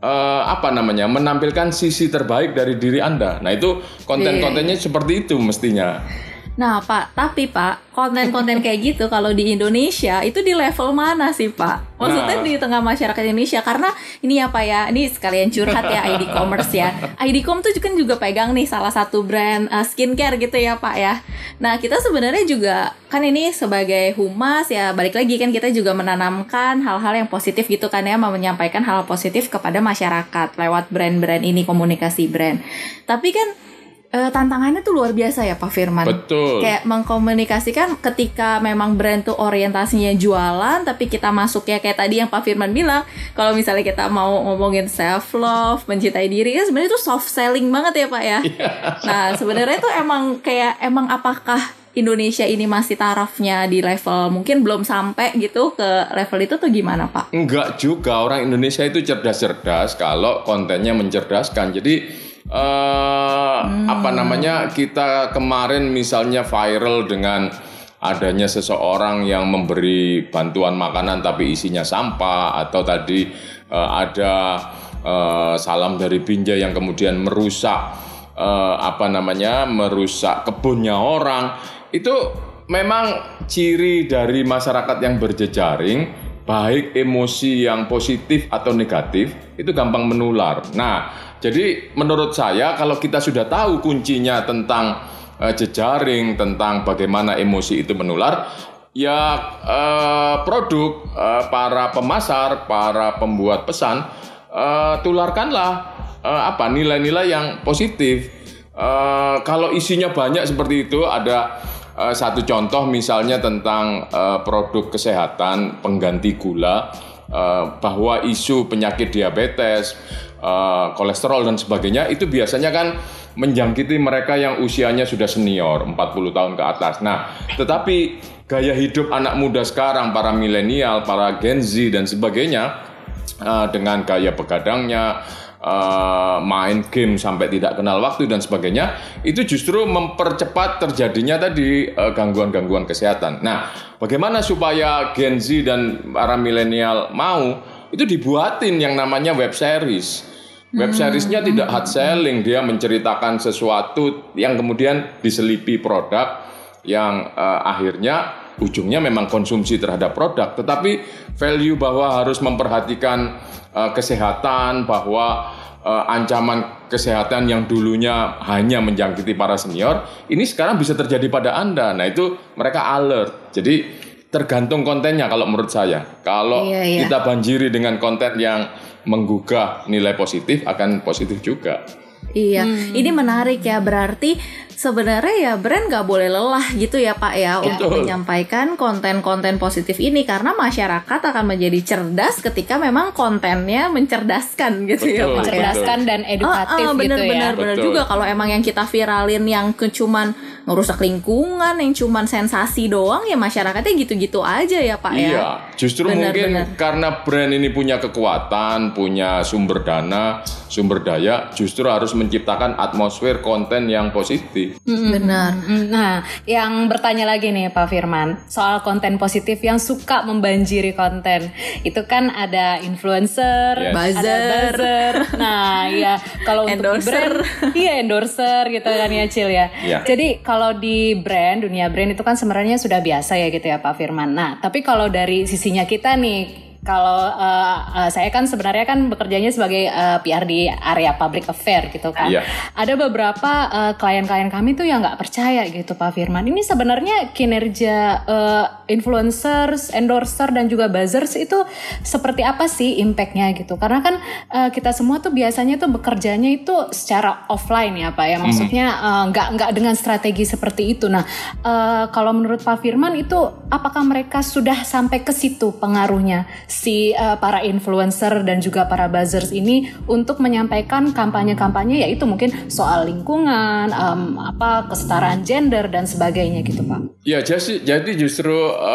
menampilkan sisi terbaik dari diri Anda. Nah, itu konten-kontennya seperti itu mestinya. Nah Pak, tapi Pak, konten-konten kayak gitu kalau di Indonesia itu di level mana sih Pak? Maksudnya di tengah masyarakat Indonesia, karena ini ya Pak ya, ini sekalian curhat ya ID Commerce ya. ID.com tuh kan juga pegang nih salah satu brand skincare gitu ya Pak ya. Nah kita sebenarnya juga kan ini sebagai humas ya, balik lagi kan kita juga menanamkan hal-hal yang positif gitu kan ya, menyampaikan hal positif kepada masyarakat lewat brand-brand ini, komunikasi brand. Tapi kan tantangannya tuh luar biasa ya Pak Firman. Betul. Kayak mengkomunikasikan ketika memang brand tuh orientasinya jualan, tapi kita masuknya kayak tadi yang Pak Firman bilang, kalau misalnya kita mau ngomongin self love, mencintai diri, kan sebenarnya itu soft selling banget ya Pak ya. Nah sebenarnya tuh emang apakah Indonesia ini masih tarafnya di level mungkin belum sampai gitu ke level itu tuh gimana Pak? Enggak juga, orang Indonesia itu cerdas-cerdas kalau kontennya mencerdaskan. Jadi kita kemarin misalnya viral dengan adanya seseorang yang memberi bantuan makanan tapi isinya sampah, atau tadi ada salam dari Binjai yang kemudian merusak merusak kebunnya orang. Itu memang ciri dari masyarakat yang berjejaring, baik emosi yang positif atau negatif itu gampang menular. Nah, jadi menurut saya kalau kita sudah tahu kuncinya tentang jejaring, tentang bagaimana emosi itu menular, ya produk, para pemasar, para pembuat pesan, tularkanlah nilai-nilai yang positif. Kalau isinya banyak seperti itu, ada satu contoh misalnya tentang produk kesehatan pengganti gula, bahwa isu penyakit diabetes, kolesterol dan sebagainya itu biasanya kan menjangkiti mereka yang usianya sudah senior, 40 tahun ke atas. Nah, tetapi gaya hidup anak muda sekarang, para milenial, para Gen Z dan sebagainya, dengan gaya begadangnya, main game sampai tidak kenal waktu dan sebagainya, itu justru mempercepat terjadinya tadi gangguan-gangguan kesehatan. Nah, bagaimana supaya Gen Z dan para milenial mau, itu dibuatin yang namanya web series. Web seriesnya tidak hard selling, dia menceritakan sesuatu yang kemudian diselipi produk yang akhirnya ujungnya memang konsumsi terhadap produk, tetapi value bahwa harus memperhatikan kesehatan, bahwa ancaman kesehatan yang dulunya hanya menjangkiti para senior, ini sekarang bisa terjadi pada Anda. Nah, itu mereka alert. Jadi tergantung kontennya kalau menurut saya. Kalau kita banjiri dengan konten yang menggugah nilai positif, akan positif juga. Iya, ini menarik ya, berarti sebenarnya ya brand gak boleh lelah gitu ya Pak ya. Betul. Untuk menyampaikan konten-konten positif ini, karena masyarakat akan menjadi cerdas ketika memang kontennya mencerdaskan gitu. Betul, ya Pak. Mencerdaskan dan edukatif gitu ya. Bener juga, kalau emang yang kita viralin yang cuman ngerusak lingkungan, yang cuman sensasi doang, ya masyarakatnya gitu-gitu aja ya Pak ya. Iya, justru mungkin karena brand ini punya kekuatan, punya sumber dana, sumber daya, justru harus menciptakan atmosfer konten yang positif. Benar. Nah, yang bertanya lagi nih Pak Firman, soal konten positif yang suka membanjiri konten. Itu kan ada influencer, ada buzzer. Nah, ya kalau untuk endorser. Endorser gitu kan ya Cil ya. Jadi kalau di dunia brand itu kan sebenarnya sudah biasa ya gitu ya Pak Firman. Nah, tapi kalau dari sisinya kita nih, kalau saya kan sebenarnya kan bekerjanya sebagai PR di area public affair gitu kan. Ada beberapa klien-klien kami tuh yang nggak percaya gitu Pak Firman. Ini sebenarnya kinerja influencers, endorser dan juga buzzers itu seperti apa sih impactnya gitu? Karena kan kita semua tuh biasanya tuh bekerjanya itu secara offline ya Pak ya. Maksudnya nggak dengan strategi seperti itu. Nah, kalau menurut Pak Firman itu apakah mereka sudah sampai ke situ pengaruhnya si para influencer dan juga para buzzers ini untuk menyampaikan kampanye-kampanye, yaitu mungkin soal lingkungan, kesetaraan gender dan sebagainya gitu Pak? Ya, jadi justru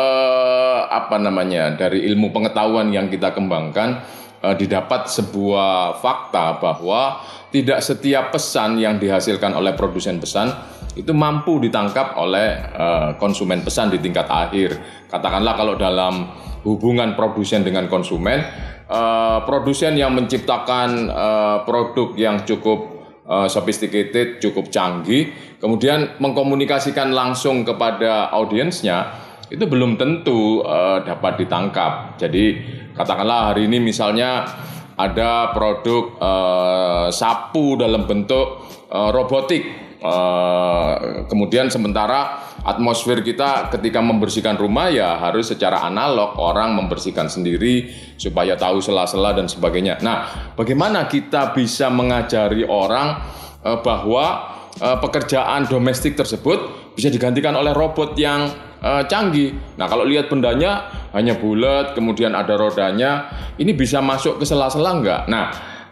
dari ilmu pengetahuan yang kita kembangkan, didapat sebuah fakta bahwa tidak setiap pesan yang dihasilkan oleh produsen pesan itu mampu ditangkap oleh konsumen pesan di tingkat akhir. Katakanlah kalau dalam hubungan produsen dengan konsumen, produsen yang menciptakan produk yang cukup sophisticated, cukup canggih, kemudian mengkomunikasikan langsung kepada audiensnya, itu belum tentu dapat ditangkap. Jadi katakanlah hari ini misalnya ada produk sapu dalam bentuk robotik. Kemudian sementara atmosfer kita ketika membersihkan rumah ya harus secara analog, orang membersihkan sendiri supaya tahu sela-sela dan sebagainya. Nah, bagaimana kita bisa mengajari orang bahwa pekerjaan domestik tersebut bisa digantikan oleh robot yang canggih. Nah, kalau lihat bendanya hanya bulat, kemudian ada rodanya, ini bisa masuk ke sela-sela enggak? Nah,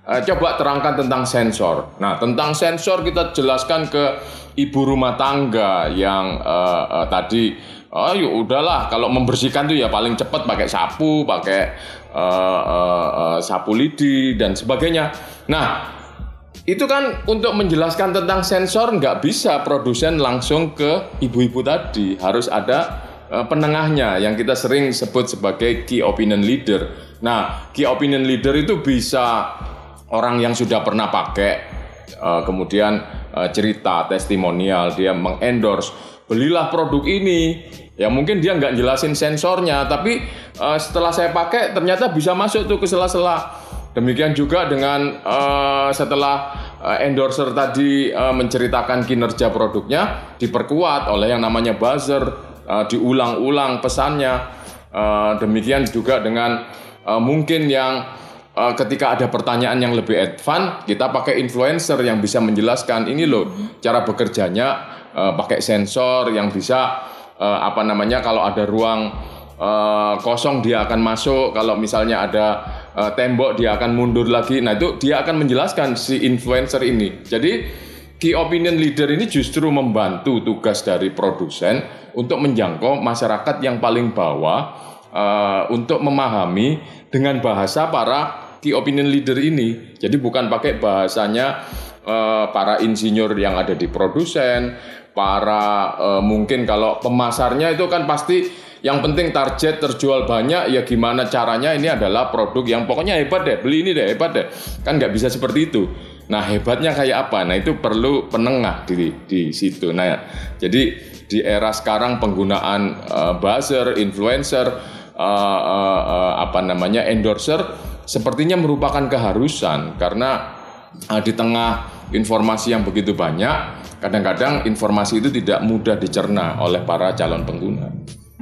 coba terangkan tentang sensor. Nah, tentang sensor kita jelaskan ke ibu rumah tangga yang tadi, ya udahlah kalau membersihkan tuh ya paling cepat pakai sapu, pakai sapu lidi dan sebagainya. Nah, itu kan untuk menjelaskan tentang sensor nggak bisa produsen langsung ke ibu-ibu tadi, harus ada penengahnya yang kita sering sebut sebagai key opinion leader. Nah, key opinion leader itu bisa orang yang sudah pernah pakai, kemudian cerita, testimonial, dia mengendorse, belilah produk ini. Ya mungkin dia nggak jelasin sensornya, tapi setelah saya pakai ternyata bisa masuk tuh ke sela-sela. Demikian juga dengan setelah endorser tadi menceritakan kinerja produknya, diperkuat oleh yang namanya buzzer, diulang-ulang pesannya. Demikian juga dengan mungkin yang ketika ada pertanyaan yang lebih advance, kita pakai influencer yang bisa menjelaskan ini loh cara bekerjanya, pakai sensor yang bisa kalau ada ruang kosong dia akan masuk, kalau misalnya ada tembok dia akan mundur lagi. Nah itu dia akan menjelaskan si influencer ini. Jadi key opinion leader ini justru membantu tugas dari produsen untuk menjangkau masyarakat yang paling bawah, untuk memahami dengan bahasa para key opinion leader ini. Jadi bukan pakai bahasanya para insinyur yang ada di produsen, para mungkin kalau pemasarnya itu kan pasti yang penting target terjual banyak, ya gimana caranya ini adalah produk yang pokoknya hebat deh, beli ini deh, hebat deh. Kan nggak bisa seperti itu. Nah hebatnya kayak apa? Nah itu perlu penengah di situ. Nah jadi di era sekarang penggunaan buzzer, influencer, endorser sepertinya merupakan keharusan, karena di tengah informasi yang begitu banyak, kadang-kadang informasi itu tidak mudah dicerna oleh para calon pengguna.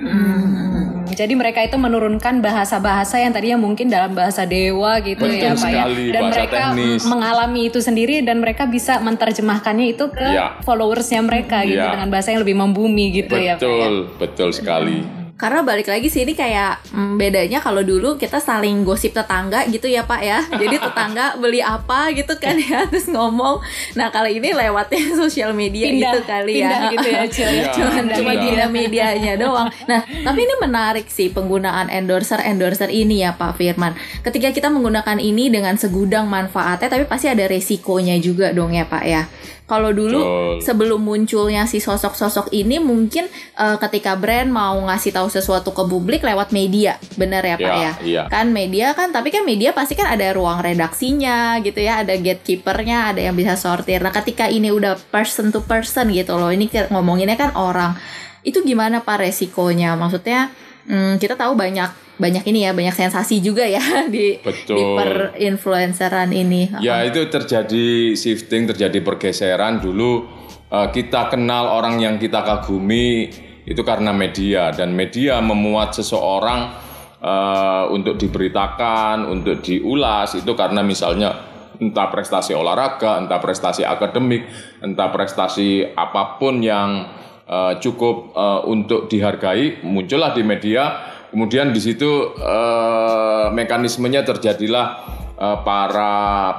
Jadi mereka itu menurunkan bahasa-bahasa yang tadinya mungkin dalam bahasa dewa gitu. Betul ya Pak sekali, ya. Dan mereka teknis. mengalami itu sendiri dan mereka bisa menerjemahkannya itu ke followersnya mereka gitu dengan bahasa yang lebih membumi gitu ya Pak ya. Betul sekali. Karena balik lagi sih ini kayak bedanya kalau dulu kita saling gosip tetangga gitu ya Pak ya. Jadi tetangga beli apa gitu kan ya, terus ngomong. Nah kali ini lewatnya sosial media gitu kali ya. Gitu ya Cil. Cuma pindah medianya doang. Nah tapi ini menarik sih penggunaan endorser ini ya Pak Firman. Ketika kita menggunakan ini dengan segudang manfaatnya, tapi pasti ada resikonya juga dong ya Pak ya. Kalau dulu sebelum munculnya si sosok-sosok ini mungkin ketika brand mau ngasih tahu sesuatu ke publik lewat media, benar ya Pak ya? Iya. Kan media kan, tapi kan media pasti kan ada ruang redaksinya gitu ya, ada gatekeepernya, ada yang bisa sortir. Nah ketika ini udah person to person gitu loh, ini ngomonginnya kan orang, itu gimana Pak resikonya? Maksudnya kita tahu banyak ini ya, banyak sensasi juga ya di per-influenceran ini. Ya itu terjadi shifting, terjadi pergeseran. Dulu kita kenal orang yang kita kagumi itu karena media, dan media memuat seseorang untuk diberitakan, untuk diulas itu karena misalnya entah prestasi olahraga, entah prestasi akademik, entah prestasi apapun yang cukup untuk dihargai, muncullah di media. Kemudian di situ mekanismenya terjadilah para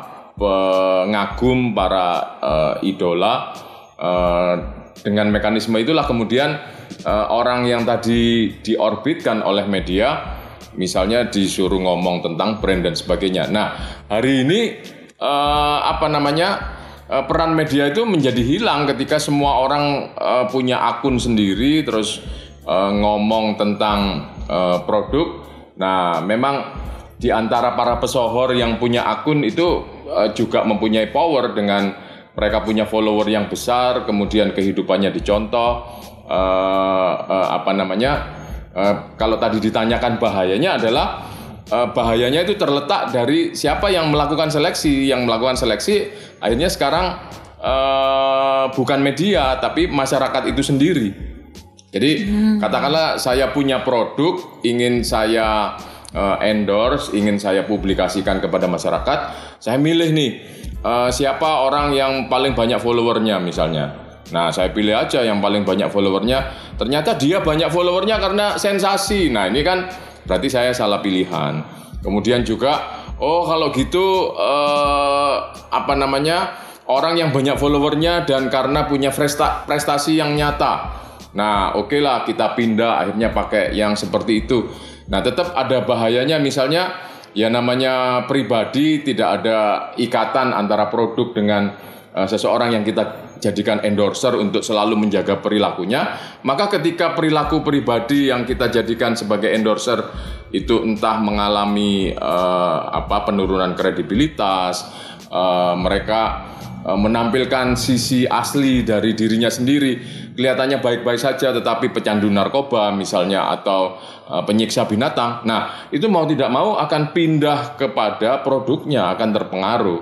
pengagum, para idola. Dengan mekanisme itulah kemudian orang yang tadi diorbitkan oleh media, misalnya disuruh ngomong tentang brand dan sebagainya. Nah, hari ini peran media itu menjadi hilang ketika semua orang punya akun sendiri, terus ngomong tentang produk. Nah, memang di antara para pesohor yang punya akun itu juga mempunyai power dengan mereka punya follower yang besar, kemudian kehidupannya dicontoh. Kalau tadi ditanyakan bahayanya adalah bahayanya itu terletak dari siapa yang melakukan seleksi. Yang melakukan seleksi akhirnya sekarang bukan media, tapi masyarakat itu sendiri. Jadi katakanlah saya punya produk, ingin saya endorse, ingin saya publikasikan kepada masyarakat, saya milih nih siapa orang yang paling banyak followernya misalnya. Nah saya pilih aja yang paling banyak followernya, ternyata dia banyak followernya karena sensasi. Nah ini kan berarti saya salah pilihan. Kemudian juga oh kalau gitu orang yang banyak followernya dan karena punya prestasi yang nyata. Nah, oke lah kita pindah akhirnya pakai yang seperti itu. Nah, tetap ada bahayanya misalnya ya namanya pribadi, tidak ada ikatan antara produk dengan seseorang yang kita jadikan endorser untuk selalu menjaga perilakunya. Maka ketika perilaku pribadi yang kita jadikan sebagai endorser itu entah mengalami penurunan kredibilitas, mereka menampilkan sisi asli dari dirinya sendiri, kelihatannya baik-baik saja tetapi pecandu narkoba misalnya atau penyiksa binatang. Nah, itu mau tidak mau akan pindah kepada produknya, akan terpengaruh.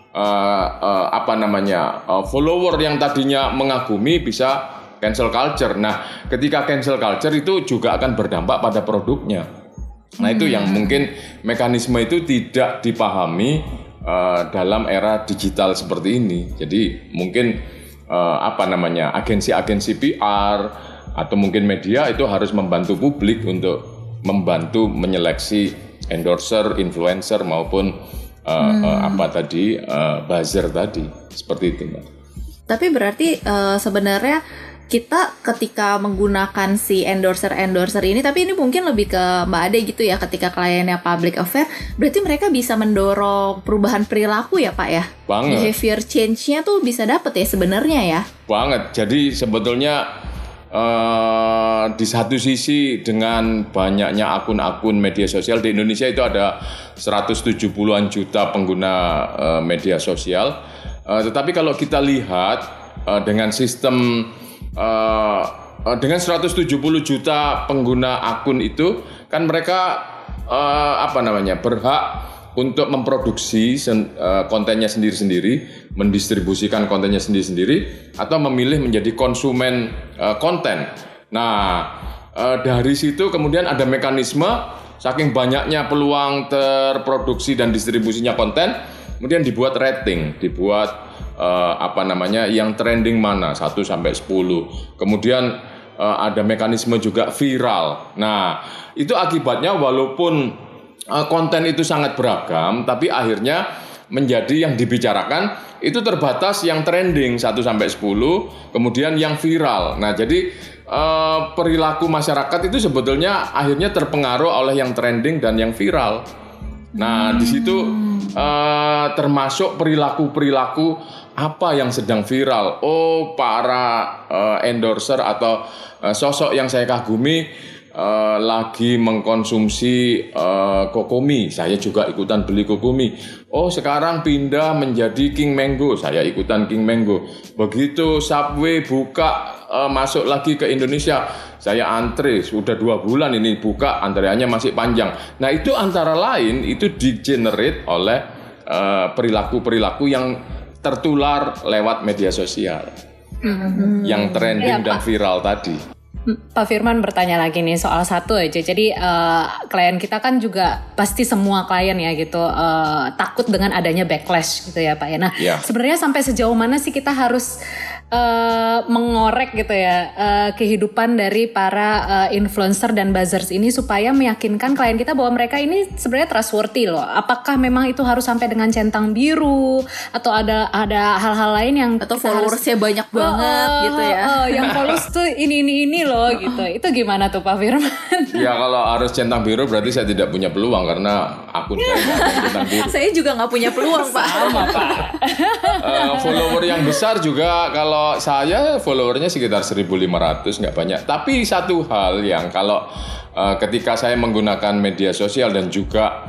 Follower yang tadinya mengagumi bisa cancel culture. Nah, ketika cancel culture itu juga akan berdampak pada produknya. Nah, itu yang mungkin mekanisme itu tidak dipahami dalam era digital seperti ini. Jadi mungkin agensi-agensi PR atau mungkin media itu harus membantu publik untuk membantu menyeleksi endorser, influencer maupun buzzer tadi. Seperti itu, Mbak. Tapi berarti sebenarnya kita ketika menggunakan si endorser ini, tapi ini mungkin lebih ke Mbak Ade gitu ya, ketika kliennya public affair, berarti mereka bisa mendorong perubahan perilaku ya Pak ya? Banget. Behavior change-nya tuh bisa dapet ya sebenarnya ya? Banget, jadi sebetulnya di satu sisi dengan banyaknya akun-akun media sosial di Indonesia itu ada 170-an juta pengguna media sosial, tetapi kalau kita lihat dengan sistem dengan 170 juta pengguna akun itu kan mereka berhak untuk memproduksi kontennya sendiri-sendiri, mendistribusikan kontennya sendiri-sendiri atau memilih menjadi konsumen konten. Nah, dari situ kemudian ada mekanisme saking banyaknya peluang terproduksi dan distribusinya konten, kemudian dibuat rating, dibuat yang trending mana 1 sampai 10. Kemudian ada mekanisme juga viral. Nah, itu akibatnya walaupun konten itu sangat beragam, tapi akhirnya menjadi yang dibicarakan itu terbatas yang trending 1 sampai 10, kemudian yang viral. Nah, jadi perilaku masyarakat itu sebetulnya akhirnya terpengaruh oleh yang trending dan yang viral. Nah, di situ termasuk perilaku apa yang sedang viral. Oh, para endorser atau sosok yang saya kagumi lagi mengkonsumsi Kokomi, saya juga ikutan beli Kokomi. Oh, sekarang pindah menjadi King Mango, saya ikutan King Mango. Begitu Subway buka masuk lagi ke Indonesia, saya antre, sudah 2 bulan ini buka, antreannya masih panjang. Nah, itu antara lain itu di-generate oleh perilaku-perilaku yang tertular lewat media sosial, yang trending dan viral tadi. Pak Firman bertanya lagi nih soal satu aja. Jadi klien kita kan juga pasti semua klien ya gitu takut dengan adanya backlash gitu ya Pak ya. Nah, sebenarnya sampai sejauh mana sih kita harus mengorek gitu ya kehidupan dari para influencer dan buzzers ini supaya meyakinkan klien kita bahwa mereka ini sebenarnya trustworthy loh. Apakah memang itu harus sampai dengan centang biru atau ada hal-hal lain yang atau followersnya banyak banget gitu ya? Yang followers tuh ini loh gitu. Itu gimana tuh Pak Firman? Ya kalau harus centang biru berarti saya tidak punya peluang karena akun saya nggak ada centang biru. Saya juga nggak punya peluang Pak. Sama Pak. Follower yang besar juga kalau saya followernya sekitar 1.500, nggak banyak. Tapi satu hal yang kalau ketika saya menggunakan media sosial dan juga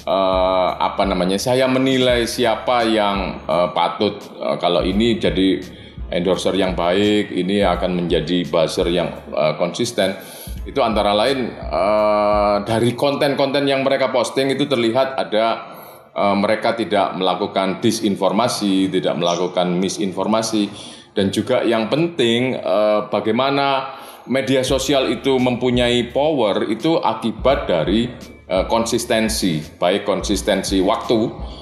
saya menilai siapa yang patut kalau ini jadi endorser yang baik, ini akan menjadi buzzer yang konsisten. Itu antara lain dari konten-konten yang mereka posting itu terlihat ada mereka tidak melakukan disinformasi, tidak melakukan misinformasi. Dan juga yang penting bagaimana media sosial itu mempunyai power itu akibat dari konsistensi, baik konsistensi waktu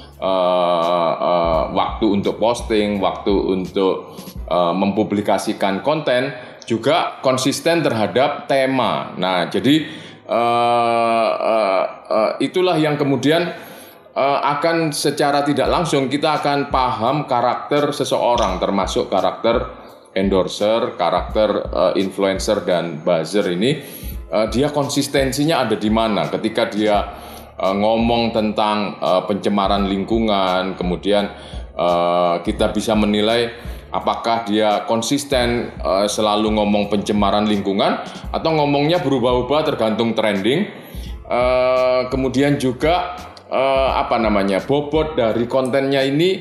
untuk posting, waktu untuk mempublikasikan konten, juga konsisten terhadap tema. Nah, jadi itulah yang kemudian akan secara tidak langsung kita akan paham karakter seseorang, termasuk karakter endorser, karakter influencer dan buzzer ini, dia konsistensinya ada di mana ketika dia ngomong tentang pencemaran lingkungan, kemudian kita bisa menilai apakah dia konsisten selalu ngomong pencemaran lingkungan atau ngomongnya berubah-ubah tergantung trending. Kemudian juga bobot dari kontennya ini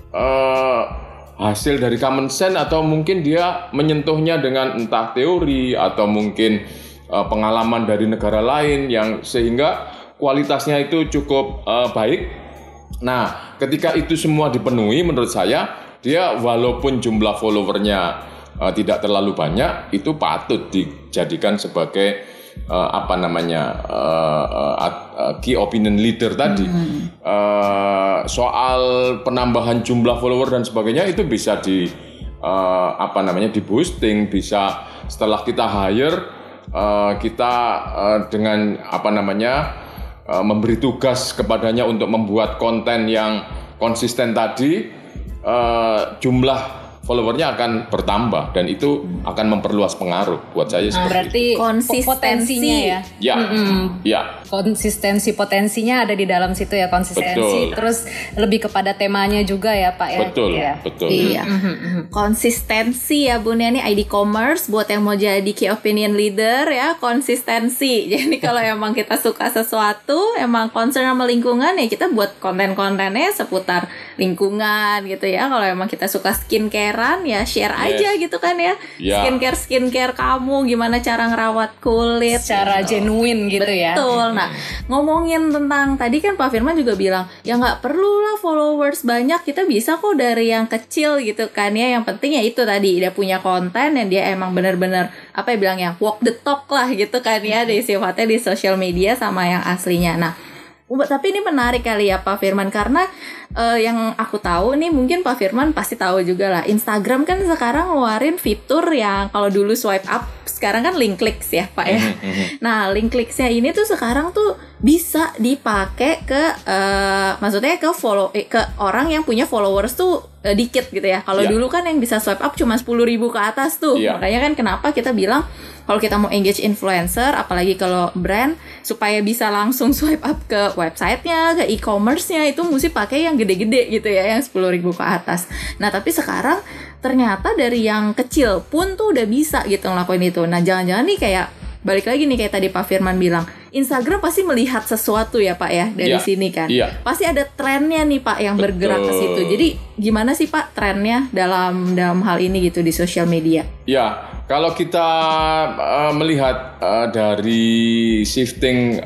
hasil dari common sense atau mungkin dia menyentuhnya dengan entah teori atau mungkin pengalaman dari negara lain yang sehingga kualitasnya itu cukup baik. Nah, ketika itu semua dipenuhi, menurut saya dia walaupun jumlah followernya tidak terlalu banyak, itu patut dijadikan sebagai key opinion leader tadi. Soal penambahan jumlah follower dan sebagainya itu bisa di boosting, bisa setelah kita hire kita dengan memberi tugas kepadanya untuk membuat konten yang konsisten tadi, jumlah followernya akan bertambah dan itu akan memperluas pengaruh buat saya. Berarti konsistensinya ya. Ya. Konsistensi potensinya ada di dalam situ ya, konsistensi. Betul. Terus lebih kepada temanya juga ya Pak ya. Betul, ya. betul. Iya. Konsistensi ya Bun ya, ini ID Commerce buat yang mau jadi key opinion leader ya, konsistensi. Jadi kalau emang kita suka sesuatu, emang concern sama lingkungan ya kita buat konten-kontennya seputar lingkungan gitu ya. Kalau emang kita suka skincarean ya share aja gitu kan ya. Skincare kamu, gimana cara ngerawat kulit secara genuine gitu ya. Betul. Nah, ngomongin tentang tadi kan Pak Firman juga bilang ya nggak perlu lah followers banyak, kita bisa kok dari yang kecil gitu kan ya. Yang penting ya itu tadi dia punya konten yang dia emang benar-benar walk the talk lah gitu kan ya, dari sifatnya di social media sama yang aslinya. Nah, tapi ini menarik kali ya Pak Firman, karena yang aku tahu nih, mungkin Pak Firman pasti tahu juga lah, Instagram kan sekarang ngeluarin fitur yang kalau dulu swipe up, sekarang kan link clicks ya Pak ya. Nah, link clicksnya ini tuh sekarang tuh bisa dipakai ke maksudnya ke orang yang punya followers tuh dikit gitu ya. Kalau dulu kan yang bisa swipe up cuma 10.000 ke atas tuh. Makanya kan kenapa kita bilang kalau kita mau engage influencer, apalagi kalau brand, supaya bisa langsung swipe up ke websitenya, ke e-commerce-nya, itu mesti pakai yang gede-gede gitu ya, yang 10.000 ke atas. Nah, tapi sekarang ternyata dari yang kecil pun tuh udah bisa gitu ngelakuin itu. Nah, jangan-jangan nih kayak balik lagi nih kayak tadi Pak Firman bilang, Instagram pasti melihat sesuatu ya Pak ya dari sini kan. Pasti ada trennya nih Pak yang bergerak ke situ. Jadi gimana sih Pak trennya dalam hal ini gitu di sosial media? Ya, kalau kita melihat dari shifting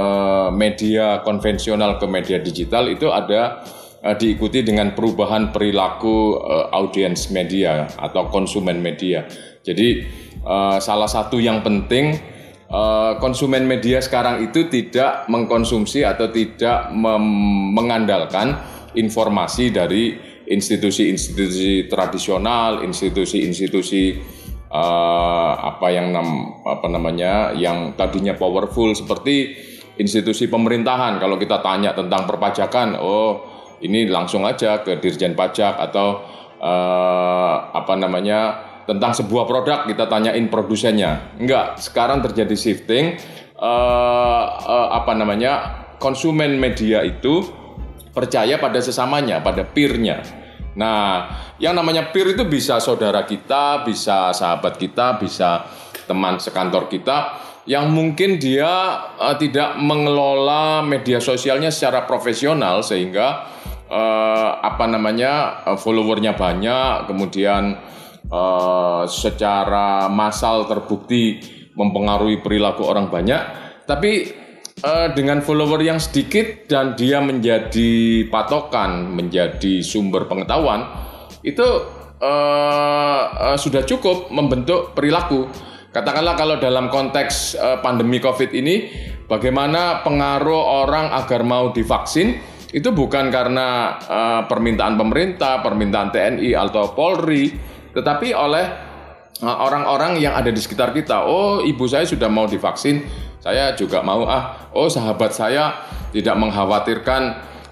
media konvensional ke media digital, itu ada diikuti dengan perubahan perilaku audiens media atau konsumen media. Jadi salah satu yang penting, konsumen media sekarang itu tidak mengkonsumsi atau tidak mengandalkan informasi dari institusi-institusi tradisional, institusi-institusi yang tadinya powerful seperti institusi pemerintahan. Kalau kita tanya tentang perpajakan, ini langsung aja ke Dirjen Pajak, atau tentang sebuah produk kita tanyain produsennya. Enggak, sekarang terjadi shifting, konsumen media itu percaya pada sesamanya, pada peer-nya. Nah, yang namanya peer itu bisa saudara kita, bisa sahabat kita, bisa teman sekantor kita, yang mungkin dia tidak mengelola media sosialnya secara profesional, sehingga followernya banyak, kemudian secara massal terbukti mempengaruhi perilaku orang banyak, tapi dengan follower yang sedikit dan dia menjadi patokan, menjadi sumber pengetahuan, itu sudah cukup membentuk perilaku. Katakanlah kalau dalam konteks pandemi COVID ini, bagaimana pengaruh orang agar mau divaksin, itu bukan karena permintaan pemerintah, permintaan TNI atau Polri, tetapi oleh orang-orang yang ada di sekitar kita. Oh, ibu saya sudah mau divaksin, saya juga mau. Oh, sahabat saya tidak mengkhawatirkan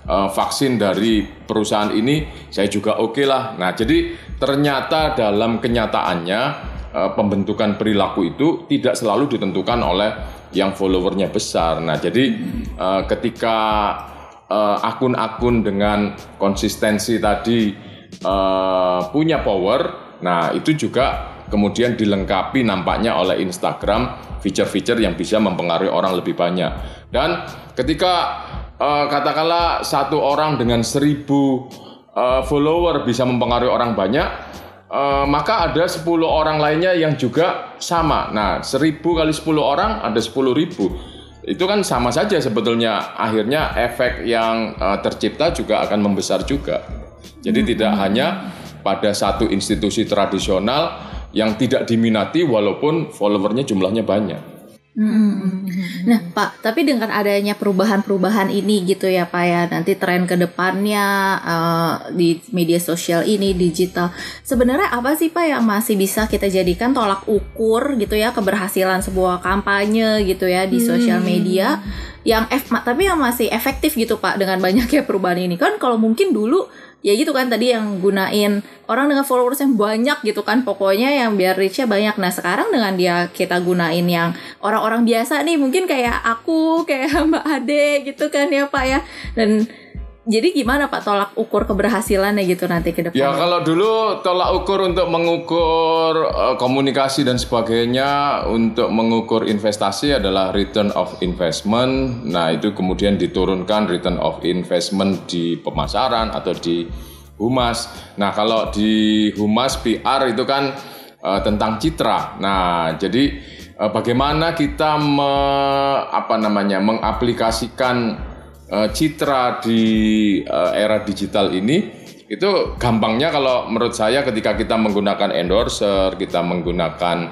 vaksin dari perusahaan ini, saya juga oke lah. Nah, jadi ternyata dalam kenyataannya pembentukan perilaku itu tidak selalu ditentukan oleh yang followernya besar. Nah, jadi ketika akun-akun dengan konsistensi tadi punya power, nah itu juga kemudian dilengkapi nampaknya oleh Instagram fitur-fitur yang bisa mempengaruhi orang lebih banyak. Dan ketika katakanlah satu orang dengan 1.000 follower bisa mempengaruhi orang banyak, maka ada 10 orang lainnya yang juga sama. Nah, 1.000 kali 10 orang ada 10.000. Itu kan sama saja sebetulnya, akhirnya efek yang tercipta juga akan membesar juga. Jadi tidak hanya pada satu institusi tradisional yang tidak diminati walaupun followernya jumlahnya banyak. Nah Pak, tapi dengan adanya perubahan-perubahan ini gitu ya Pak ya, nanti tren ke depannya di media sosial ini, digital, sebenarnya apa sih Pak yang masih bisa kita jadikan tolak ukur gitu ya keberhasilan sebuah kampanye gitu ya di sosial media yang tapi yang masih efektif gitu Pak dengan banyaknya perubahan ini? Kan kalau mungkin dulu ya gitu kan, tadi yang gunain orang dengan followers yang banyak gitu kan, pokoknya yang biar reach-nya banyak. Nah sekarang dengan kita gunain yang orang-orang biasa nih, mungkin kayak aku, kayak Mbak Ade gitu kan ya Pak ya. Dan jadi gimana Pak tolak ukur keberhasilannya gitu nanti ke depan? Ya kalau dulu tolak ukur untuk mengukur komunikasi dan sebagainya, untuk mengukur investasi adalah return of investment. Nah itu kemudian diturunkan return of investment di pemasaran atau di humas. Nah kalau di humas PR itu kan tentang citra. Nah jadi bagaimana kita mengaplikasikan citra di era digital ini, itu gampangnya kalau menurut saya ketika kita menggunakan endorser, kita menggunakan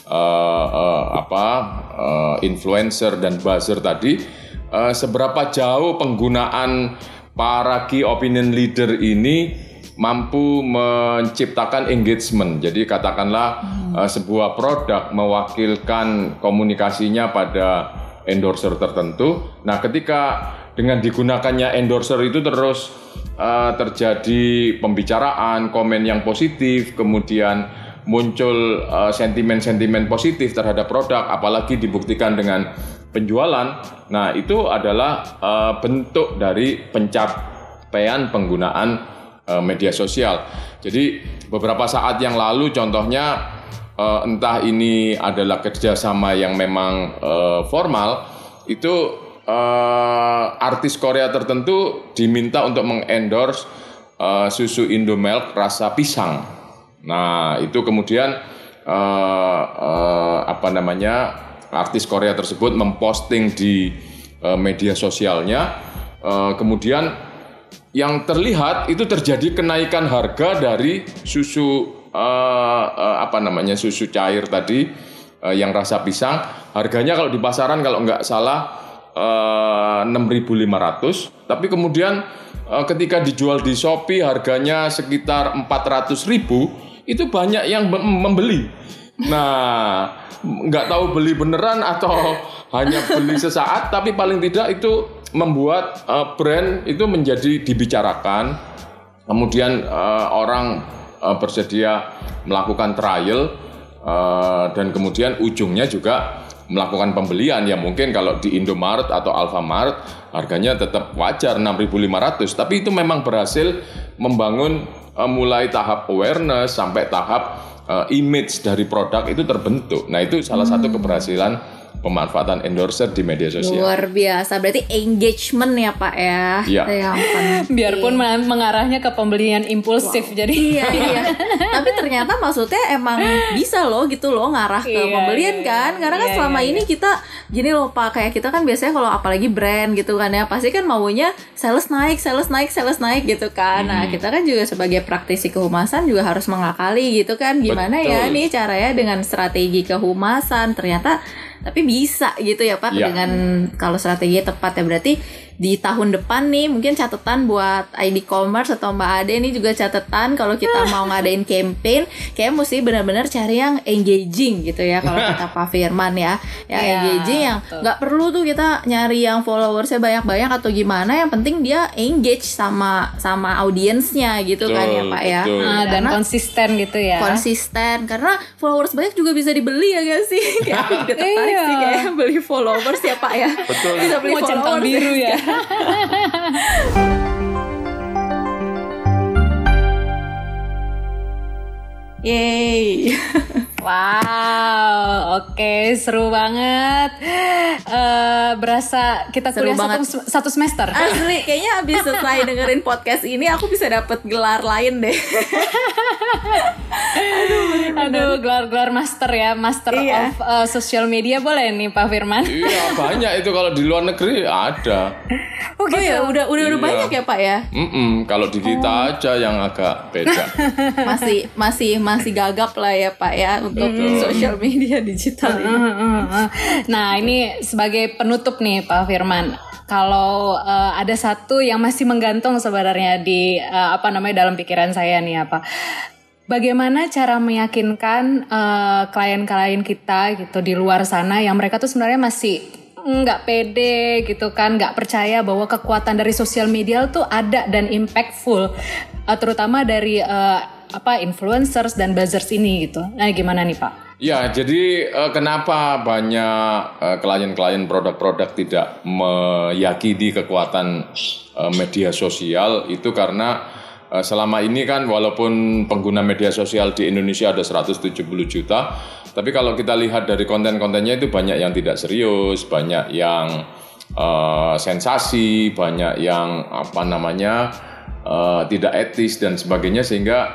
influencer dan buzzer tadi, seberapa jauh penggunaan para key opinion leader ini mampu menciptakan engagement. Jadi katakanlah sebuah produk mewakilkan komunikasinya pada endorser tertentu. Nah, ketika dengan digunakannya endorser itu terus terjadi pembicaraan, komen yang positif, kemudian muncul sentimen-sentimen positif terhadap produk, apalagi dibuktikan dengan penjualan. Nah, itu adalah bentuk dari pencapaian penggunaan media sosial. Jadi beberapa saat yang lalu contohnya, entah ini adalah kerjasama yang memang formal, itu artis Korea tertentu diminta untuk mengendorse susu Indomilk rasa pisang. Nah itu kemudian artis Korea tersebut memposting di media sosialnya, kemudian yang terlihat itu terjadi kenaikan harga dari susu susu cair tadi yang rasa pisang. Harganya kalau di pasaran kalau nggak salah 6.500, tapi kemudian ketika dijual di Shopee harganya sekitar 400.000, itu banyak yang membeli. Nah, nggak tahu beli beneran atau hanya beli sesaat, tapi paling tidak itu membuat brand itu menjadi dibicarakan. Kemudian orang bersedia melakukan trial, dan kemudian ujungnya juga melakukan pembelian. Ya mungkin kalau di Indomaret atau Alfamart harganya tetap wajar 6.500, tapi itu memang berhasil membangun mulai tahap awareness sampai tahap image dari produk itu terbentuk. Nah itu salah satu keberhasilan pemanfaatan endorser di media sosial. Luar biasa, berarti engagement ya Pak ya. Iya. Biarpun mengarahnya ke pembelian impulsif, jadi. Iya. Tapi ternyata maksudnya emang bisa loh gitu loh ngarah ke pembelian kan. Karena kan selama ini kita gini loh Pak, kayak kita kan biasanya kalau apalagi brand gitu kan ya, pasti kan maunya sales naik gitu kan. Nah kita kan juga sebagai praktisi kehumasan juga harus mengakali gitu kan. Gimana ya nih caranya dengan strategi kehumasan, ternyata tapi bisa gitu ya Pak, dengan kalau strategi tepat ya. Berarti di tahun depan nih mungkin catatan buat ID Commerce atau Mbak Ade nih juga catatan kalau kita mau ngadain campaign kayak mesti benar-benar cari yang engaging gitu ya kalau kata Pak Firman ya. Yang engaging yang nggak perlu tuh kita nyari yang followersnya banyak-banyak atau gimana, yang penting dia engage sama audiensnya gitu kan ya Pak ya. Dan konsisten gitu ya. Konsisten, karena followers banyak juga bisa dibeli ya gak sih? Kayak aku juga tertarik sih kayak beli followers ya Pak ya. Betul. Bisa beli mau centang followers biru ya. Yeay. Wow, oke, seru banget. Berasa kita Seru kuliah banget. satu semester. Asli, kayaknya abis selesai dengerin podcast ini aku bisa dapet gelar lain deh. Aduh, gelar-gelar master ya, Master of Social Media boleh nih Pak Firman? Iya, banyak itu kalau di luar negeri ada. Oh ya, udah banyak ya Pak ya. Kalau di kita aja yang agak beda. masih gagap lah ya Pak ya untuk sosial media digital ini. Nah, ini sebagai penutup nih Pak Firman. Kalau ada satu yang masih menggantung sebenarnya di dalam pikiran saya nih apa? Bagaimana cara meyakinkan klien-klien kita gitu di luar sana yang mereka tuh sebenarnya masih nggak pede gitu kan, nggak percaya bahwa kekuatan dari sosial media tuh ada dan impactful, terutama dari influencers dan buzzers ini gitu. Nah, gimana nih Pak? Ya, jadi kenapa banyak klien-klien produk-produk tidak meyakini kekuatan media sosial itu karena selama ini kan walaupun pengguna media sosial di Indonesia ada 170 juta, tapi kalau kita lihat dari konten-kontennya itu banyak yang tidak serius, banyak yang sensasi, banyak yang tidak etis dan sebagainya, sehingga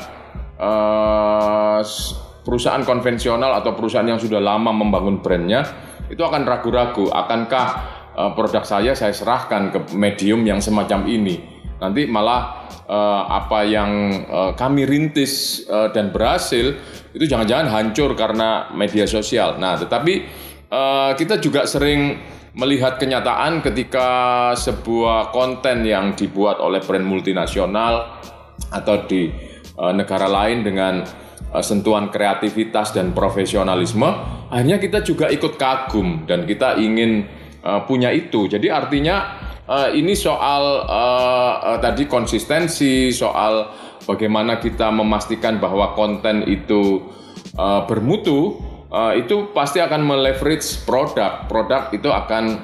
perusahaan konvensional atau perusahaan yang sudah lama membangun brandnya itu akan ragu-ragu, akankah produk saya serahkan ke medium yang semacam ini, nanti malah apa yang kami rintis dan berhasil itu jangan-jangan hancur karena media sosial. Nah, tetapi kita juga sering melihat kenyataan ketika sebuah konten yang dibuat oleh brand multinasional atau di negara lain dengan sentuhan kreativitas dan profesionalisme, akhirnya kita juga ikut kagum dan kita ingin punya itu. Jadi artinya ini soal tadi konsistensi, soal bagaimana kita memastikan bahwa konten itu bermutu, itu pasti akan meleverage produk itu akan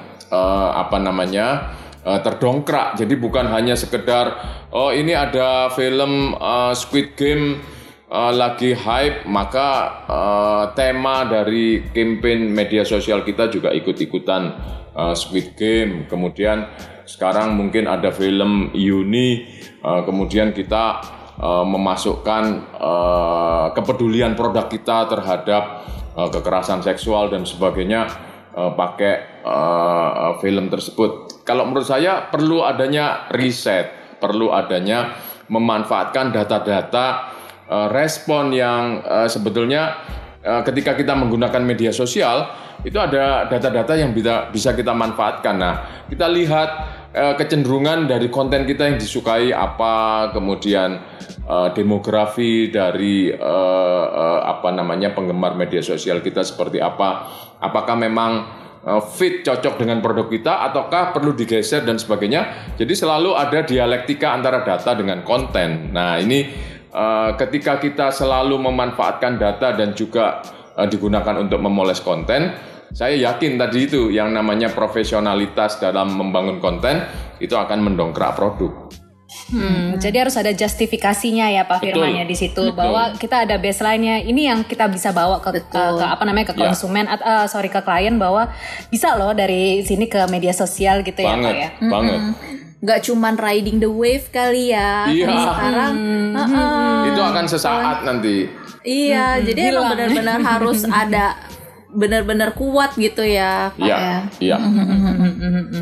terdongkrak. Jadi bukan hanya sekedar ini ada film Squid Game lagi hype, maka tema dari campaign media sosial kita juga ikut-ikutan Squid Game. Kemudian sekarang mungkin ada film Yuni, kemudian kita memasukkan kepedulian produk kita terhadap kekerasan seksual dan sebagainya pakai film tersebut. Kalau menurut saya perlu adanya riset, perlu adanya memanfaatkan data-data respon yang sebetulnya ketika kita menggunakan media sosial itu ada data-data yang bisa kita manfaatkan. Nah, kita lihat kecenderungan dari konten kita yang disukai apa, kemudian demografi dari penggemar media sosial kita seperti apa, apakah memang fit cocok dengan produk kita ataukah perlu digeser dan sebagainya. Jadi selalu ada dialektika antara data dengan konten. Nah, ini ketika kita selalu memanfaatkan data dan juga digunakan untuk memoles konten, saya yakin tadi itu yang namanya profesionalitas dalam membangun konten itu akan mendongkrak produk. Jadi harus ada justifikasinya ya Pak Firman ya di situ, bahwa kita ada baseline-nya, ini yang kita bisa bawa ke konsumen ke klien, bahwa bisa loh dari sini ke media sosial gitu ya Pak ya. Banget. Nggak cuman riding the wave kali ya. Iya. Sekarang itu akan sesaat nanti. Iya, jadi emang benar-benar harus ada benar-benar kuat gitu ya Pak ya. Iya.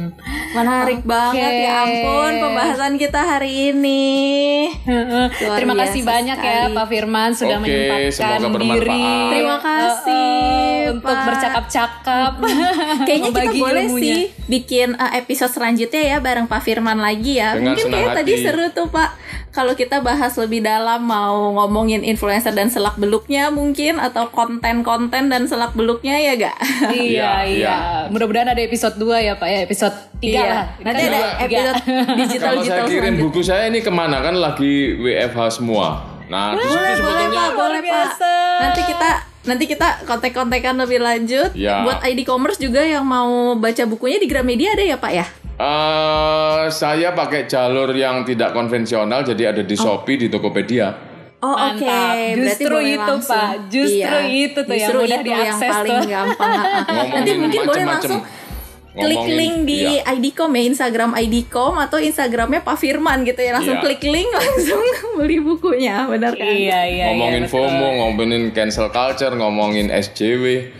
Menarik banget, ya ampun pembahasan kita hari ini. Terima kasih banyak sekali ya Pak Firman sudah menyempatkan diri. Terima kasih untuk Pak. bercakap-cakap. Kayaknya kita boleh ilmunya. sih bikin episode selanjutnya ya bareng Pak Firman lagi ya. Dengan Mungkin kayak senang tadi hati. seru tuh Pak. Kalau kita bahas lebih dalam, mau ngomongin influencer dan selak beluknya mungkin, atau konten-konten dan selak beluknya ya gak? Iya. Mudah-mudahan ada episode 2 ya Pak ya, episode 3 lah. Nanti ada episode digital Kalau saya kirim selanjutnya. buku saya ini kemana, kan lagi WFH semua. Nah, di situ sebetulnya boleh Pak. Nanti kita kontek-kontekan lebih lanjut. Ya. Buat ID Commerce juga yang mau baca bukunya di Gramedia ada ya Pak ya? saya pakai jalur yang tidak konvensional, jadi ada di Shopee, di Tokopedia. Oh oke, Mantap. berarti Justru boleh itu, langsung. Pak. Justru itu tuh yang Justru mudah itu diakses yang paling tuh. gampang. Nanti mungkin boleh langsung klik link di IDCom ya, Instagram IDCom atau Instagramnya Pak Firman gitu ya, langsung Iya. klik link langsung beli bukunya, benar kan? Iya. ngomongin betul. FOMO, ngomongin cancel culture, ngomongin SJW,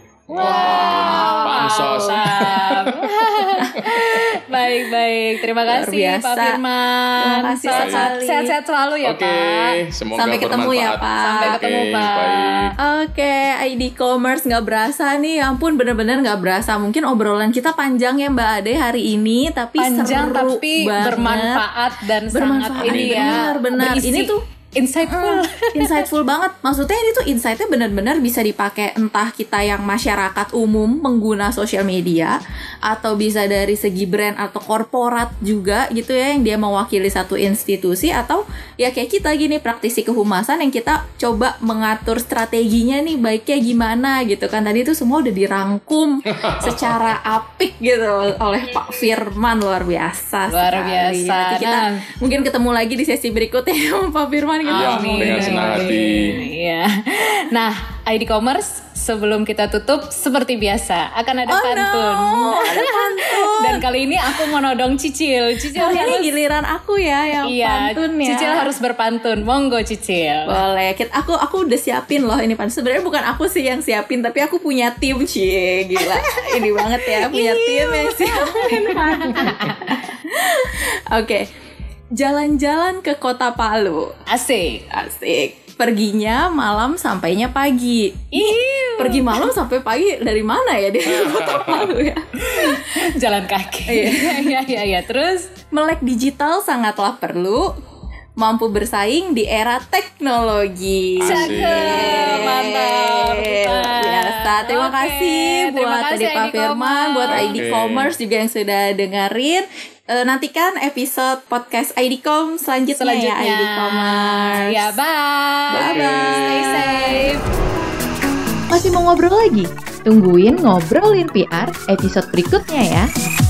pansos. Baik. Terima Luar kasih biasa. Pak Firman. Terima kasih sekali. Sehat-sehat selalu ya Oke, Pak. semoga Sampai ketemu ya, bermanfaat. Pak. Sampai ketemu, Oke, Pak. baik. Oke, ID Commerce nggak berasa nih, ya ampun bener-bener nggak berasa. Mungkin obrolan kita panjang ya Mbak Ade hari ini, tapi Panjang seru tapi banget. bermanfaat dan sangat ini ya. Benar. berisi. Ini tuh insightful. insightful banget. Maksudnya ini tuh insightnya benar-benar bisa dipakai entah kita yang masyarakat umum pengguna sosial media, atau bisa dari segi brand atau korporat juga gitu ya, yang dia mewakili satu institusi, atau ya kayak kita gini praktisi kehumasan yang kita coba mengatur strateginya nih baiknya gimana gitu kan. Tadi itu semua udah dirangkum secara apik gitu oleh Pak Firman. Luar biasa Luar sekali. biasa. Nanti kita Nah. mungkin ketemu lagi di sesi berikutnya sama Pak Firman gitu. Iya, dengan senang hati. Iya. Nah, ID Commerce sebelum kita tutup seperti biasa akan ada pantun. Ada pantun. Dan kali ini aku mau nodong Cicil. Cicil Hari ini harus giliran aku ya yang pantun ya. Cicil harus berpantun. Monggo Cicil. Boleh. Aku udah siapin loh ini pantun. Sebenarnya bukan aku sih yang siapin, tapi aku punya tim. Cie, gila. Ini banget ya, punya tim yang siapin pantun. Oke. Jalan-jalan ke kota Palu. Asik. Perginya malam, sampainya pagi. Pergi malam sampai pagi dari mana ya dia kota Palu ya? Jalan kaki. Iya. Terus Melek digital sangatlah perlu, mampu bersaing di era teknologi. cakep, mantap. Luar biasa. Terima Oke, kasih buat terima tadi kasih Pak ID Firman, buat Commerce. ID Commerce juga yang sudah dengerin. Nantikan episode podcast IDCom selanjutnya ya, ID Commerce. Ya, bye. Bye-bye. Stay safe. Masih mau ngobrol lagi? Tungguin Ngobrolin PR episode berikutnya ya.